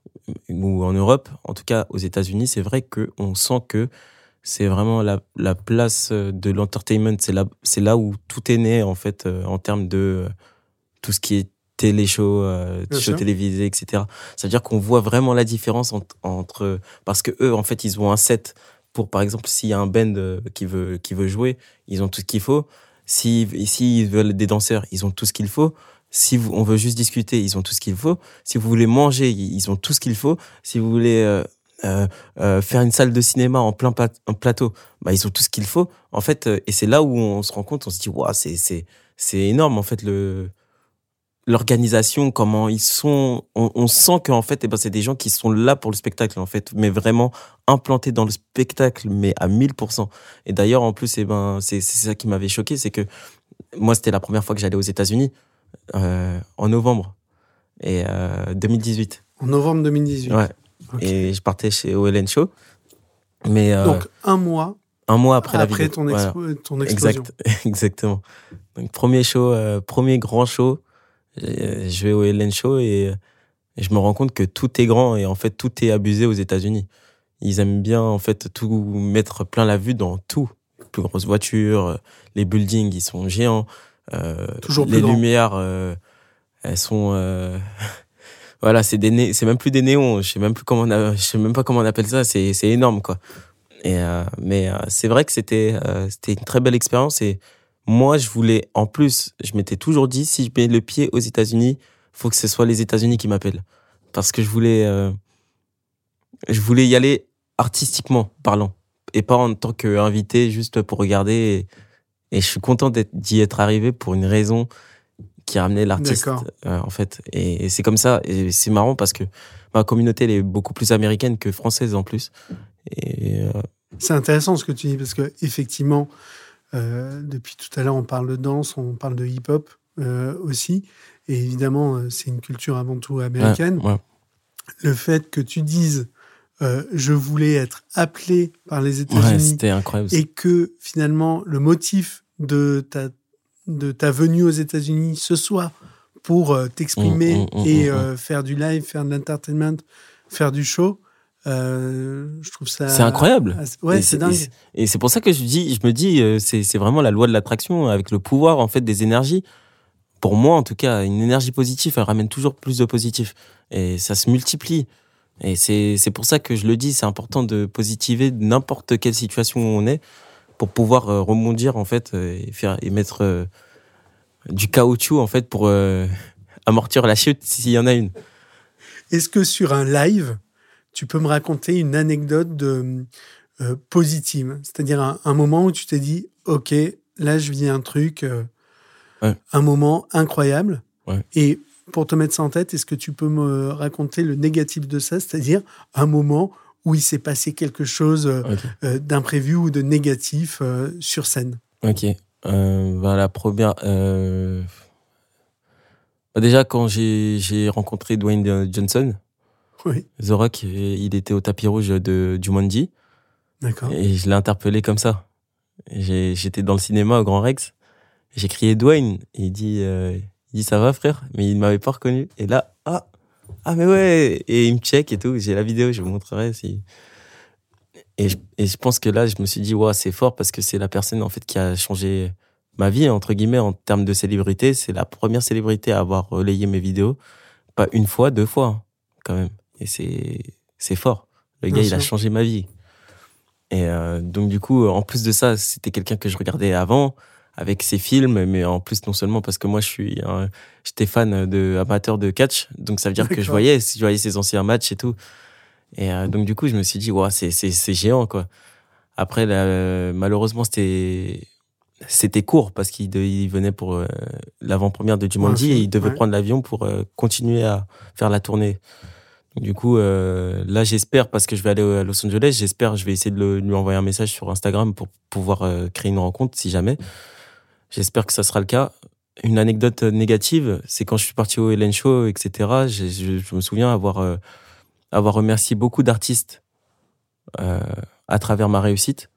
ou en Europe, en tout cas aux États-Unis, c'est vrai que on sent que c'est vraiment la, la place de l'entertainment, c'est là, c'est là où tout est né en fait euh, en termes de euh, tout ce qui est télé-show, euh, Bien show sûr. télévisé, et cetera. C'est-à-dire qu'on voit vraiment la différence entre, entre parce que eux en fait ils ont un set pour par exemple s'il y a un band euh, qui veut qui veut jouer, ils ont tout ce qu'il faut. Si s'ils veulent des danseurs, ils ont tout ce qu'il faut. Si vous- on veut juste discuter, ils ont tout ce qu'il faut. Si vous voulez manger, ils ont tout ce qu'il faut. Si vous voulez euh, euh, euh, faire une salle de cinéma en plein plat- en plateau, bah ils ont tout ce qu'il faut. En fait, euh, et c'est là où on se rend compte, on se dit waouh, c'est c'est c'est énorme en fait le l'organisation, comment ils sont, on, on sent qu'en fait, eh ben, c'est des gens qui sont là pour le spectacle, en fait, mais vraiment implantés dans le spectacle, mais à mille pour cent. Et d'ailleurs, en plus, eh ben, c'est, c'est ça qui m'avait choqué, c'est que moi, c'était la première fois que j'allais aux États-Unis, euh, en novembre, et euh, deux mille dix-huit. En novembre deux mille dix-huit. Ouais. Ok. Et je partais chez O L N Show, mais euh, Donc, un mois un mois après, la après vidéo. ton, Voilà. expo- ton explosion. Exact, exactement. Donc, premier show, euh, premier grand show, euh, je vais au L N Show et, et je me rends compte que tout est grand et en fait tout est abusé aux États-Unis. Ils aiment bien en fait tout mettre plein la vue dans tout. Les plus grosses voitures, les buildings ils sont géants, euh, Toujours plus les grand. lumières euh, elles sont euh, voilà, c'est des né- c'est même plus des néons, je sais même plus comment on a- je sais même pas comment on appelle ça, c'est c'est énorme quoi. Et euh, mais euh, c'est vrai que c'était euh, c'était une très belle expérience et moi je voulais en plus, je m'étais toujours dit si je mets le pied aux États-Unis, faut que ce soit les États-Unis qui m'appellent parce que je voulais euh, je voulais y aller artistiquement parlant et pas en tant qu'invité juste pour regarder et, et je suis content d'être d'y être arrivé pour une raison qui a ramené l'artiste D'accord. euh, en fait et, et c'est comme ça et c'est marrant parce que ma communauté elle est beaucoup plus américaine que française en plus et euh, C'est intéressant ce que tu dis parce que effectivement, euh, depuis tout à l'heure, on parle de danse, on parle de hip-hop euh, aussi. Et évidemment, euh, c'est une culture avant tout américaine. ouais, ouais. Le fait que tu dises euh, je voulais être appelé par les Ouais, États-Unis c'était incroyable. et que finalement le motif de ta, de ta venue aux États-Unis ce soit pour euh, t'exprimer Mmh, mmh, mmh, et mmh, euh, faire du live, faire de l'entertainment, faire du show. Euh, je trouve ça. C'est incroyable. assez- Ouais, Et c'est et dingue. c'est- Et c'est pour ça que je dis, je me dis, euh, c'est c'est vraiment la loi de l'attraction avec le pouvoir en fait des énergies. Pour moi, en tout cas, une énergie positive, elle ramène toujours plus de positif et ça se multiplie. Et c'est c'est pour ça que je le dis, c'est important de positiver n'importe quelle situation où on est pour pouvoir euh, rebondir en fait euh, et faire et mettre euh, du caoutchouc en fait pour euh, amortir la chute s'il y en a une. Est-ce que sur un live, tu peux me raconter une anecdote de, euh, positive? C'est-à-dire un, un moment où tu t'es dit, OK, là, je vis un truc, euh, Ouais. un moment incroyable. Ouais. Et pour te mettre ça en tête, est-ce que tu peux me raconter le négatif de ça? C'est-à-dire un moment où il s'est passé quelque chose euh, Ok. euh, d'imprévu ou de négatif euh, sur scène? Ok. Euh, bah, la première. Euh... Bah, déjà, quand j'ai j'ai rencontré Dwayne Johnson, Oui. The Rock, il était au tapis rouge de Jumanji. D'accord. Et je l'ai interpellé comme ça. J'ai, j'étais dans le cinéma au Grand Rex. J'ai crié Dwayne. Et il dit, euh, il dit ça va frère? Mais il ne m'avait pas reconnu. Et là, ah, ah mais ouais. Et il me check et tout. J'ai la vidéo, je vous montrerai. Si... Et, je, et je pense que là, je me suis dit, ouais, c'est fort parce que c'est la personne en fait qui a changé ma vie, entre guillemets, en termes de célébrité. C'est la première célébrité à avoir relayé mes vidéos. Pas une fois, deux fois, hein, quand même. Et c'est, c'est fort. Le gars, Bien il sûr. a changé ma vie. Et euh, donc, du coup, en plus de ça, c'était quelqu'un que je regardais avant, avec ses films, mais en plus, non seulement parce que moi, je suis, un, j'étais fan de, amateur de catch. Donc, ça veut dire D'accord. que je voyais, je voyais ses anciens matchs et tout. Et euh, donc, du coup, je me suis dit, ouais, c'est, c'est, c'est géant, quoi. Après, là, euh, malheureusement, c'était, c'était court parce qu'il de, il venait pour euh, l'avant-première de Jumanji Ouais, et il devait ouais. prendre l'avion pour euh, continuer à faire la tournée. Donc, du coup, euh, là, j'espère, parce que je vais aller à Los Angeles, j'espère, je vais essayer de le- lui envoyer un message sur Instagram pour pouvoir euh, créer une rencontre, si jamais. J'espère que ça sera le cas. Une anecdote négative, c'est quand je suis parti au Ellen Show, et cetera, j'ai- je, je me souviens avoir, euh, avoir remercié beaucoup d'artistes euh, à travers ma réussite.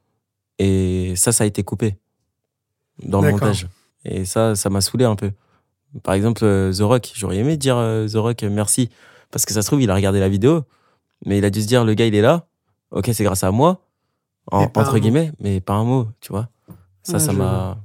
Et ça, ça a été coupé dans le D'accord. montage. Et ça, ça m'a saoulé un peu. Par exemple, euh, The Rock, j'aurais aimé dire euh, The Rock, euh, merci. Parce que ça se trouve, il a regardé la vidéo, mais il a dû se dire, le gars, il est là. Ok, c'est grâce à moi, en- Et pas un entre mot. guillemets, mais pas un mot, tu vois. Ça, Ouais, ça je m'a.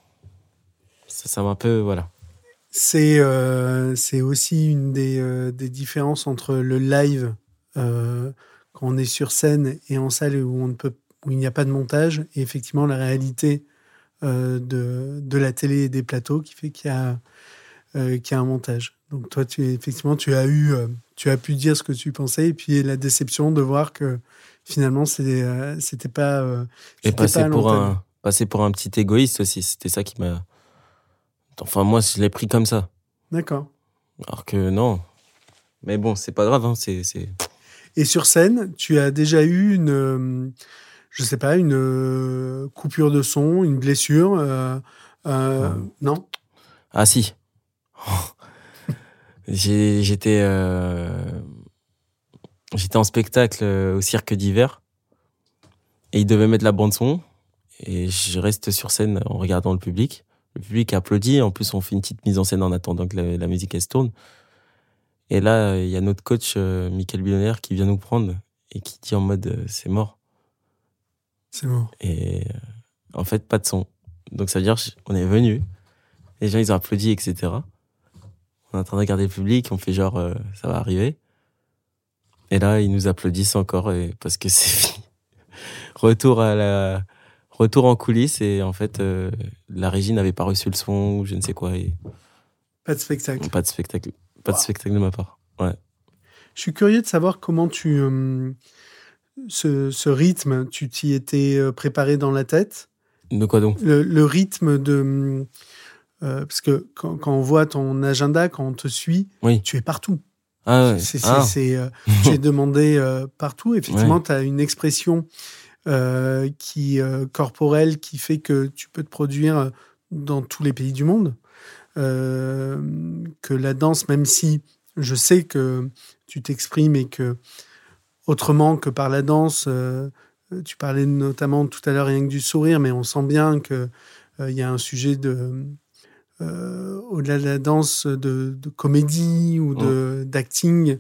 Ça, ça m'a un peu. Voilà. C'est euh, c'est aussi une des, euh, des différences entre le live euh, quand on est sur scène et en salle où on ne peut où il n'y a pas de montage et effectivement la réalité euh, de, de la télé et des plateaux qui fait qu'il y a euh, qu'il y a un montage. Donc toi tu effectivement tu as eu euh, tu as pu dire ce que tu pensais et puis la déception de voir que finalement c'est euh, c'était pas euh, Et c'était pas passer à pour l'antenne. un, passer pour un petit égoïste aussi, c'était ça qui m'a. Enfin, moi, je l'ai pris comme ça. D'accord. Alors que non. Mais bon, c'est pas grave, hein, c'est. c'est... Et sur scène, tu as déjà eu une, euh, je sais pas, une euh, coupure de son, une blessure euh, euh, Ouais. Non. Ah si. J'ai, j'étais, euh, j'étais en spectacle euh, au cirque d'hiver et ils devaient mettre la bande son et je reste sur scène en regardant le public. Le public applaudit. En plus, on fait une petite mise en scène en attendant que la, la musique elle se tourne. Et là, il y a notre coach, euh, Michael Billonnaire, qui vient nous prendre et qui dit en mode euh, c'est mort. C'est bon. Et euh, en fait, pas de son. Donc ça veut dire on est venu. Les gens, ils ont applaudi, et cetera. On est en train de regarder le public, on fait genre euh, ça va arriver. Et là, ils nous applaudissent encore et, parce que c'est fini. Retour à la retour en coulisses et en fait euh, la régie n'avait pas reçu le son ou je ne sais quoi et Pas de spectacle. pas de spectacle, pas Wow. de spectacle de ma part. Ouais. Je suis curieux de savoir comment tu euh, ce, ce rythme, tu t'y étais euh, préparé dans la tête. De quoi donc? Le, le rythme de euh, parce que quand, quand on voit ton agenda, quand on te suit, Oui. tu es partout. Ah ouais. C'est, c'est, Ah. c'est, euh, tu es demandé euh, partout. Effectivement, Ouais. tu as une expression euh, qui, euh, corporelle qui fait que tu peux te produire dans tous les pays du monde. Euh, que la danse, même si je sais que tu t'exprimes et que autrement que par la danse, euh, tu parlais notamment tout à l'heure rien que du sourire, mais on sent bien qu'il euh, y a un sujet de... Euh, au-delà de la danse, de, de comédie ou de, d'acting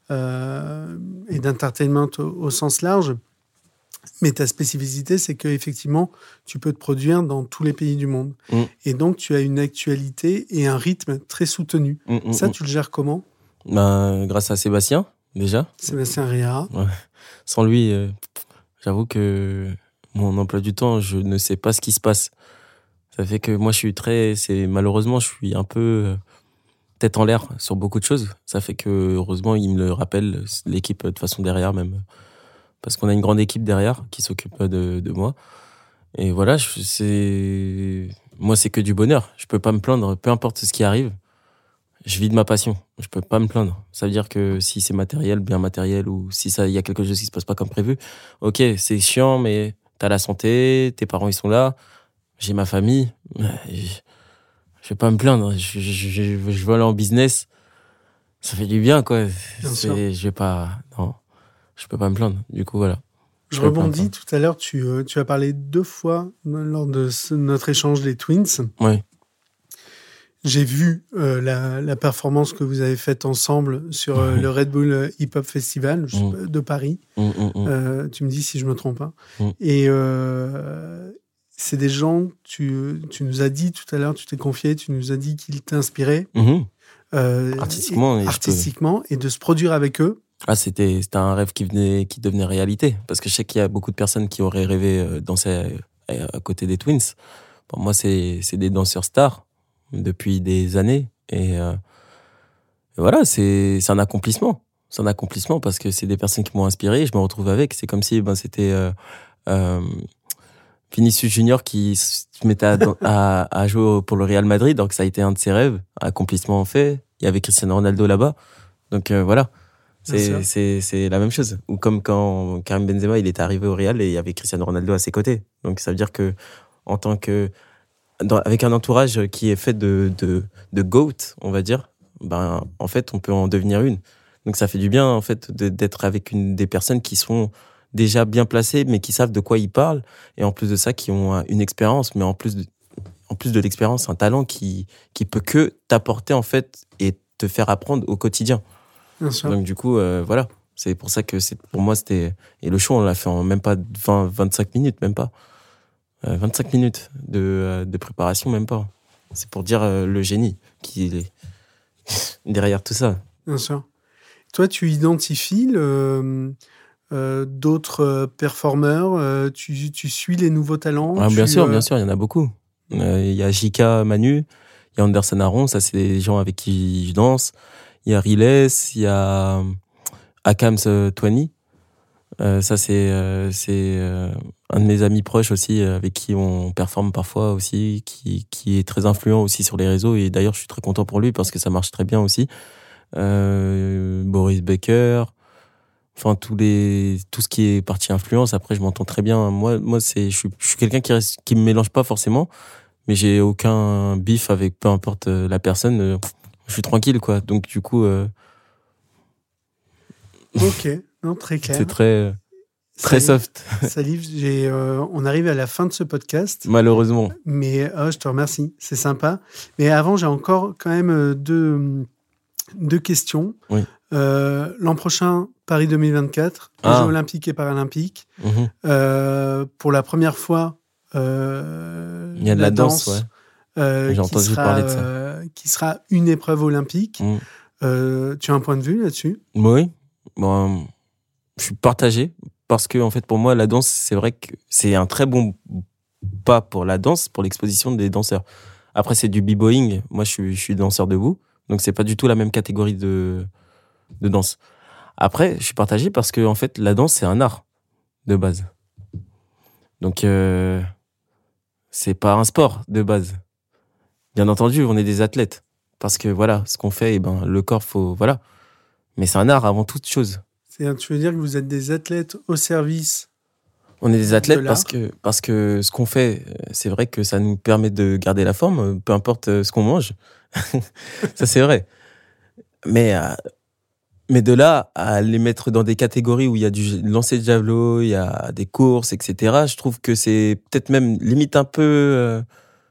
euh, et d'entertainment au, au sens large. Mais ta spécificité, c'est qu'effectivement, tu peux te produire dans tous les pays du monde. Mm. Et donc, tu as une actualité et un rythme très soutenu. Mm, mm, Ça, mm. tu le gères comment, Ben, grâce à Sébastien, déjà. Sébastien Réa? Ouais. Sans lui, euh, j'avoue que mon emploi du temps, je ne sais pas ce qui se passe. Ça fait que moi, je suis très... c'est malheureusement, je suis un peu euh, tête en l'air sur beaucoup de choses. Ça fait que, heureusement, il me le rappelle, l'équipe, de toute façon, derrière même. Parce qu'on a une grande équipe derrière qui s'occupe de, de moi. Et voilà, je, c'est... moi, c'est que du bonheur. Je peux pas me plaindre, peu importe ce qui arrive. Je vis de ma passion. Je peux pas me plaindre. Ça veut dire que si c'est matériel, bien matériel, ou si ça, il y a quelque chose qui se passe pas comme prévu, ok, c'est chiant, mais t'as la santé, tes parents, ils sont là, j'ai ma famille, je, je vais pas me plaindre. Je, je, je, je veux aller en business. Ça fait du bien, quoi. Bien C'est, sûr. je vais pas, non, je peux pas me plaindre. Du coup, voilà. Je rebondis, tout à l'heure, tu, euh, tu as parlé deux fois lors de ce, notre échange des Twins. Oui. J'ai vu euh, la, la performance que vous avez faite ensemble sur euh, le Red Bull Hip Hop Festival mmh. de Paris. Mmh, mmh, euh, tu me dis si je me trompe pas. Mmh. Et euh, c'est des gens, tu, tu nous as dit tout à l'heure, tu t'es confié, tu nous as dit qu'ils t'inspiraient. Mmh. Euh, artistiquement. Et, artistiquement, et de se produire avec eux. Ah, c'était, c'était un rêve qui, venait, qui devenait réalité. Parce que je sais qu'il y a beaucoup de personnes qui auraient rêvé de danser à, à côté des Twins. Pour moi, c'est, c'est des danseurs stars depuis des années. Et, euh, et voilà, c'est, c'est un accomplissement. C'est un accomplissement parce que c'est des personnes qui m'ont inspiré. Je me retrouve avec. C'est comme si ben, c'était euh, euh, Vinicius Junior qui se mettait à, à, à jouer pour le Real Madrid. Donc, ça a été un de ses rêves. Accomplissement fait. Il y avait Cristiano Ronaldo là-bas. Donc, euh, voilà. C'est, c'est, c'est la même chose. Ou comme quand Karim Benzema, il était arrivé au Real et il y avait Cristiano Ronaldo à ses côtés. Donc, ça veut dire que, en tant que, dans, avec un entourage qui est fait de, de, de GOAT, on va dire, ben, en fait, on peut en devenir une. Donc, ça fait du bien, en fait, de, d'être avec une, des personnes qui sont déjà bien placées, mais qui savent de quoi ils parlent. Et en plus de ça, qui ont une expérience, mais en plus de, en plus de l'expérience, un talent qui, qui peut que t'apporter, en fait, et te faire apprendre au quotidien. Bien sûr. Donc du coup, euh, voilà, c'est pour ça que c'est, pour moi c'était... Et le show, on l'a fait en même pas vingt, vingt-cinq minutes, même pas. Euh, vingt-cinq minutes de, euh, de préparation, même pas. C'est pour dire euh, le génie qui est derrière tout ça. Bien sûr. Toi, tu identifies le, euh, d'autres performeurs, euh, tu, tu suis les nouveaux talents ah, Bien tu, sûr, euh... bien sûr, il y en a beaucoup. Il euh, y a J K Manu, il y a Anderson Aron, ça c'est des gens avec qui je danse. Il y a Riles, il y a Akams Twani. Euh, ça, c'est, euh, c'est euh, un de mes amis proches aussi, euh, avec qui on performe parfois aussi, qui, qui est très influent aussi sur les réseaux. Et d'ailleurs, je suis très content pour lui parce que ça marche très bien aussi. Euh, Boris Becker. Enfin, tous les, tout ce qui est partie influence. Après, je m'entends très bien. Moi, moi c'est, je suis, je suis quelqu'un qui reste, qui me mélange pas forcément, mais j'ai aucun bif avec peu importe la personne. Euh, Je suis tranquille, quoi. Donc, du coup... Euh... Ok, non, très clair. C'est très, très Salif, soft. Salif, j'ai, euh, on arrive à la fin de ce podcast. Malheureusement. Mais oh, je te remercie, c'est sympa. Mais avant, j'ai encore quand même deux, deux questions. Oui. Euh, l'an prochain, Paris deux mille vingt-quatre, ah. Jeux olympiques et paralympiques. Mm-hmm. Euh, pour la première fois, euh, il y a de la, la danse, danse ouais. Euh, J'ai entendu sera, parler de ça. Euh, qui sera une épreuve olympique. Mmh. Euh, tu as un point de vue là-dessus ? Oui. Bon, je suis partagé parce que, en fait, pour moi, la danse, c'est vrai que c'est un très bon pas pour la danse, pour l'exposition des danseurs. Après, c'est du b-boying. Moi, je suis, je suis danseur debout. Donc, c'est pas du tout la même catégorie de, de danse. Après, je suis partagé parce que, en fait, la danse, c'est un art de base. Donc, euh, c'est pas un sport de base. Bien entendu, on est des athlètes. Parce que voilà, ce qu'on fait, eh ben, le corps, faut. Voilà. Mais c'est un art avant toute chose. C'est, tu veux dire que vous êtes des athlètes au service ? On est des athlètes parce que, parce que ce qu'on fait, c'est vrai que ça nous permet de garder la forme, peu importe ce qu'on mange. Ça, c'est vrai. Mais, euh, mais de là à les mettre dans des catégories où il y a du lancer de javelot, il y a des courses, et cetera, je trouve que c'est peut-être même limite un peu. Euh,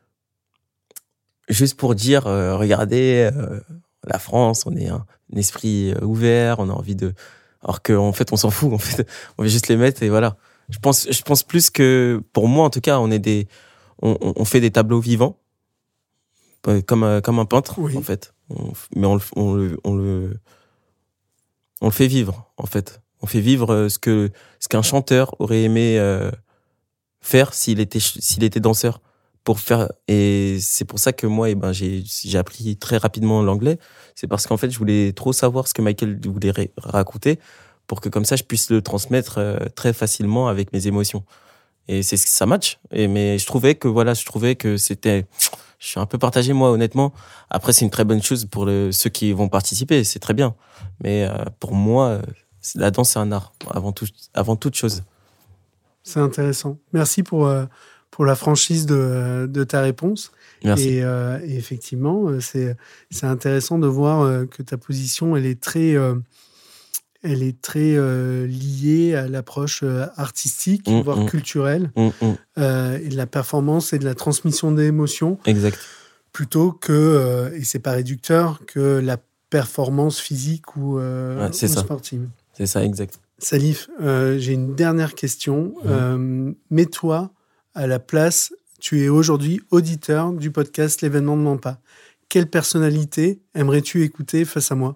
Juste pour dire, euh, regardez, euh, la France, on est un, un esprit ouvert, on a envie de... Alors qu'en fait, on s'en fout, en fait. On veut juste les mettre et voilà. Je pense, je pense plus que, pour moi en tout cas, on est des... On, on fait des tableaux vivants, comme, comme un peintre, oui. En fait. On, mais on, on, le, on, le, on le fait vivre, en fait. On fait vivre ce, que, ce qu'un chanteur aurait aimé euh, faire s'il était, s'il était danseur. Pour faire, et c'est pour ça que moi, eh ben, j'ai, j'ai appris très rapidement l'anglais. C'est parce qu'en fait, je voulais trop savoir ce que Michael voulait ré- raconter pour que comme ça, je puisse le transmettre euh, très facilement avec mes émotions. Et c'est ça match. Et, mais je trouvais que, voilà, je trouvais que c'était, je suis un peu partagé, moi, honnêtement. Après, c'est une très bonne chose pour le, ceux qui vont participer. C'est très bien. Mais euh, pour moi, la danse, c'est un art avant tout, avant toute chose. C'est intéressant. Merci pour, euh... pour la franchise de, de ta réponse. Merci. Et, euh, et effectivement, c'est, c'est intéressant de voir que ta position, elle est très, euh, elle est très euh, liée à l'approche euh, artistique, Mmh, voire mmh. culturelle, Mmh, mmh. euh, et de la performance et de la transmission d'émotions, Exact. plutôt que, euh, et c'est pas réducteur, que la performance physique ou, euh, Ouais, c'est ou ça. sportive. C'est ça, exact. Salif, euh, j'ai une dernière question. Mmh. Euh, mets-toi à la place, tu es aujourd'hui auditeur du podcast L'événement ne ment pas. Quelle personnalité aimerais-tu écouter face à moi?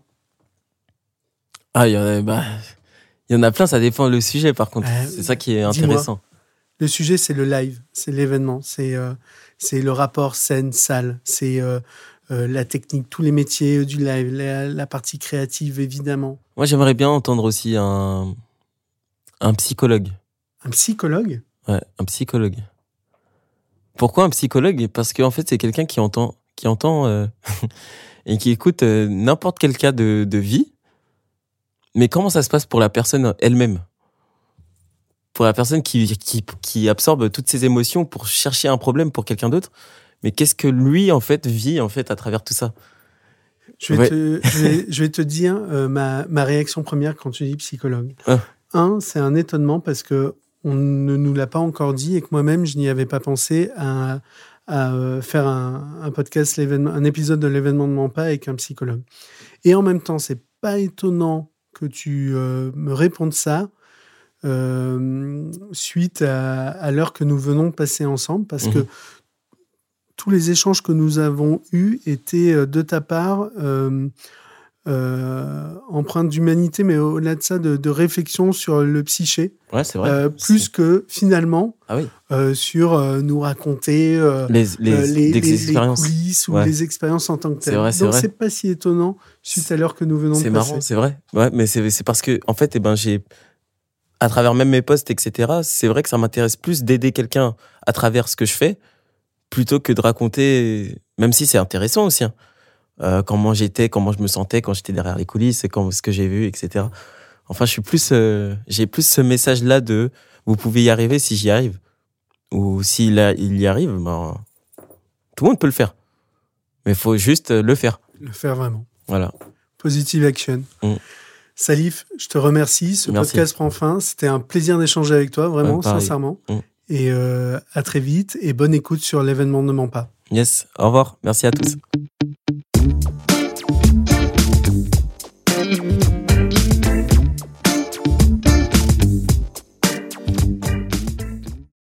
Ah, il y en a, bah, il y en a plein, ça dépend le sujet, par contre. Euh, C'est ça qui est dis-moi. intéressant. Le sujet, c'est le live, c'est l'événement, c'est euh, c'est le rapport scène-salle, c'est euh, euh, la technique, tous les métiers du live, la, la partie créative, évidemment. Moi, j'aimerais bien entendre aussi un, un psychologue. Un psychologue? Ouais, un psychologue. Pourquoi un psychologue? Parce qu'en fait, c'est quelqu'un qui entend, qui entend euh, et qui écoute euh, n'importe quel cas de, de vie. Mais comment ça se passe pour la personne elle-même? Pour la personne qui, qui, qui absorbe toutes ses émotions pour chercher un problème pour quelqu'un d'autre. Mais qu'est-ce que lui, en fait, vit en fait, à travers tout ça? Je vais, Ouais. te, je vais, je vais te dire euh, ma, ma réaction première quand tu dis psychologue. Ah. Un, c'est un étonnement parce que on ne nous l'a pas encore dit et que moi-même, je n'y avais pas pensé à, à euh, faire un, un podcast, l'événement, un épisode de l'événement ne ment pas avec un psychologue. Et en même temps, c'est pas étonnant que tu euh, me répondes ça euh, suite à, à l'heure que nous venons de passer ensemble, parce Mhm. que tous les échanges que nous avons eus étaient euh, de ta part euh, euh, empreintes d'humanité, mais au-delà de ça, de, de réflexion sur le psyché, Ouais, c'est vrai. euh, plus C'est- que finalement Ah oui. euh, sur euh, nous raconter euh, Les, les, euh, les, des les- les expériences. coulisses ou Ouais. les expériences en tant que C'est telles. vrai, c'est Donc vrai. c'est pas si étonnant suite à l'heure que nous venons de C'est passer. marrant, c'est vrai. Ouais, mais c'est c'est parce que en fait, eh ben j'ai à travers même mes posts, et cetera. C'est vrai que ça m'intéresse plus d'aider quelqu'un à travers ce que je fais plutôt que de raconter, même si c'est intéressant aussi, hein, euh, comment j'étais, comment je me sentais quand j'étais derrière les coulisses, et quand, ce que j'ai vu, et cetera. Enfin, je suis plus, euh, j'ai plus ce message-là de vous pouvez y arriver si j'y arrive, ou s'il a- il y arrive, ben tout le monde peut le faire, mais il faut juste le faire. Le faire vraiment. Voilà. Positive action. Mm. Salif, je te remercie. Ce Merci. podcast prend fin. C'était un plaisir d'échanger avec toi, vraiment, Ouais, pareil. sincèrement. Mm. Et euh, à très vite. Et bonne écoute sur l'événement ne ment pas. Yes. Au revoir. Merci à tous.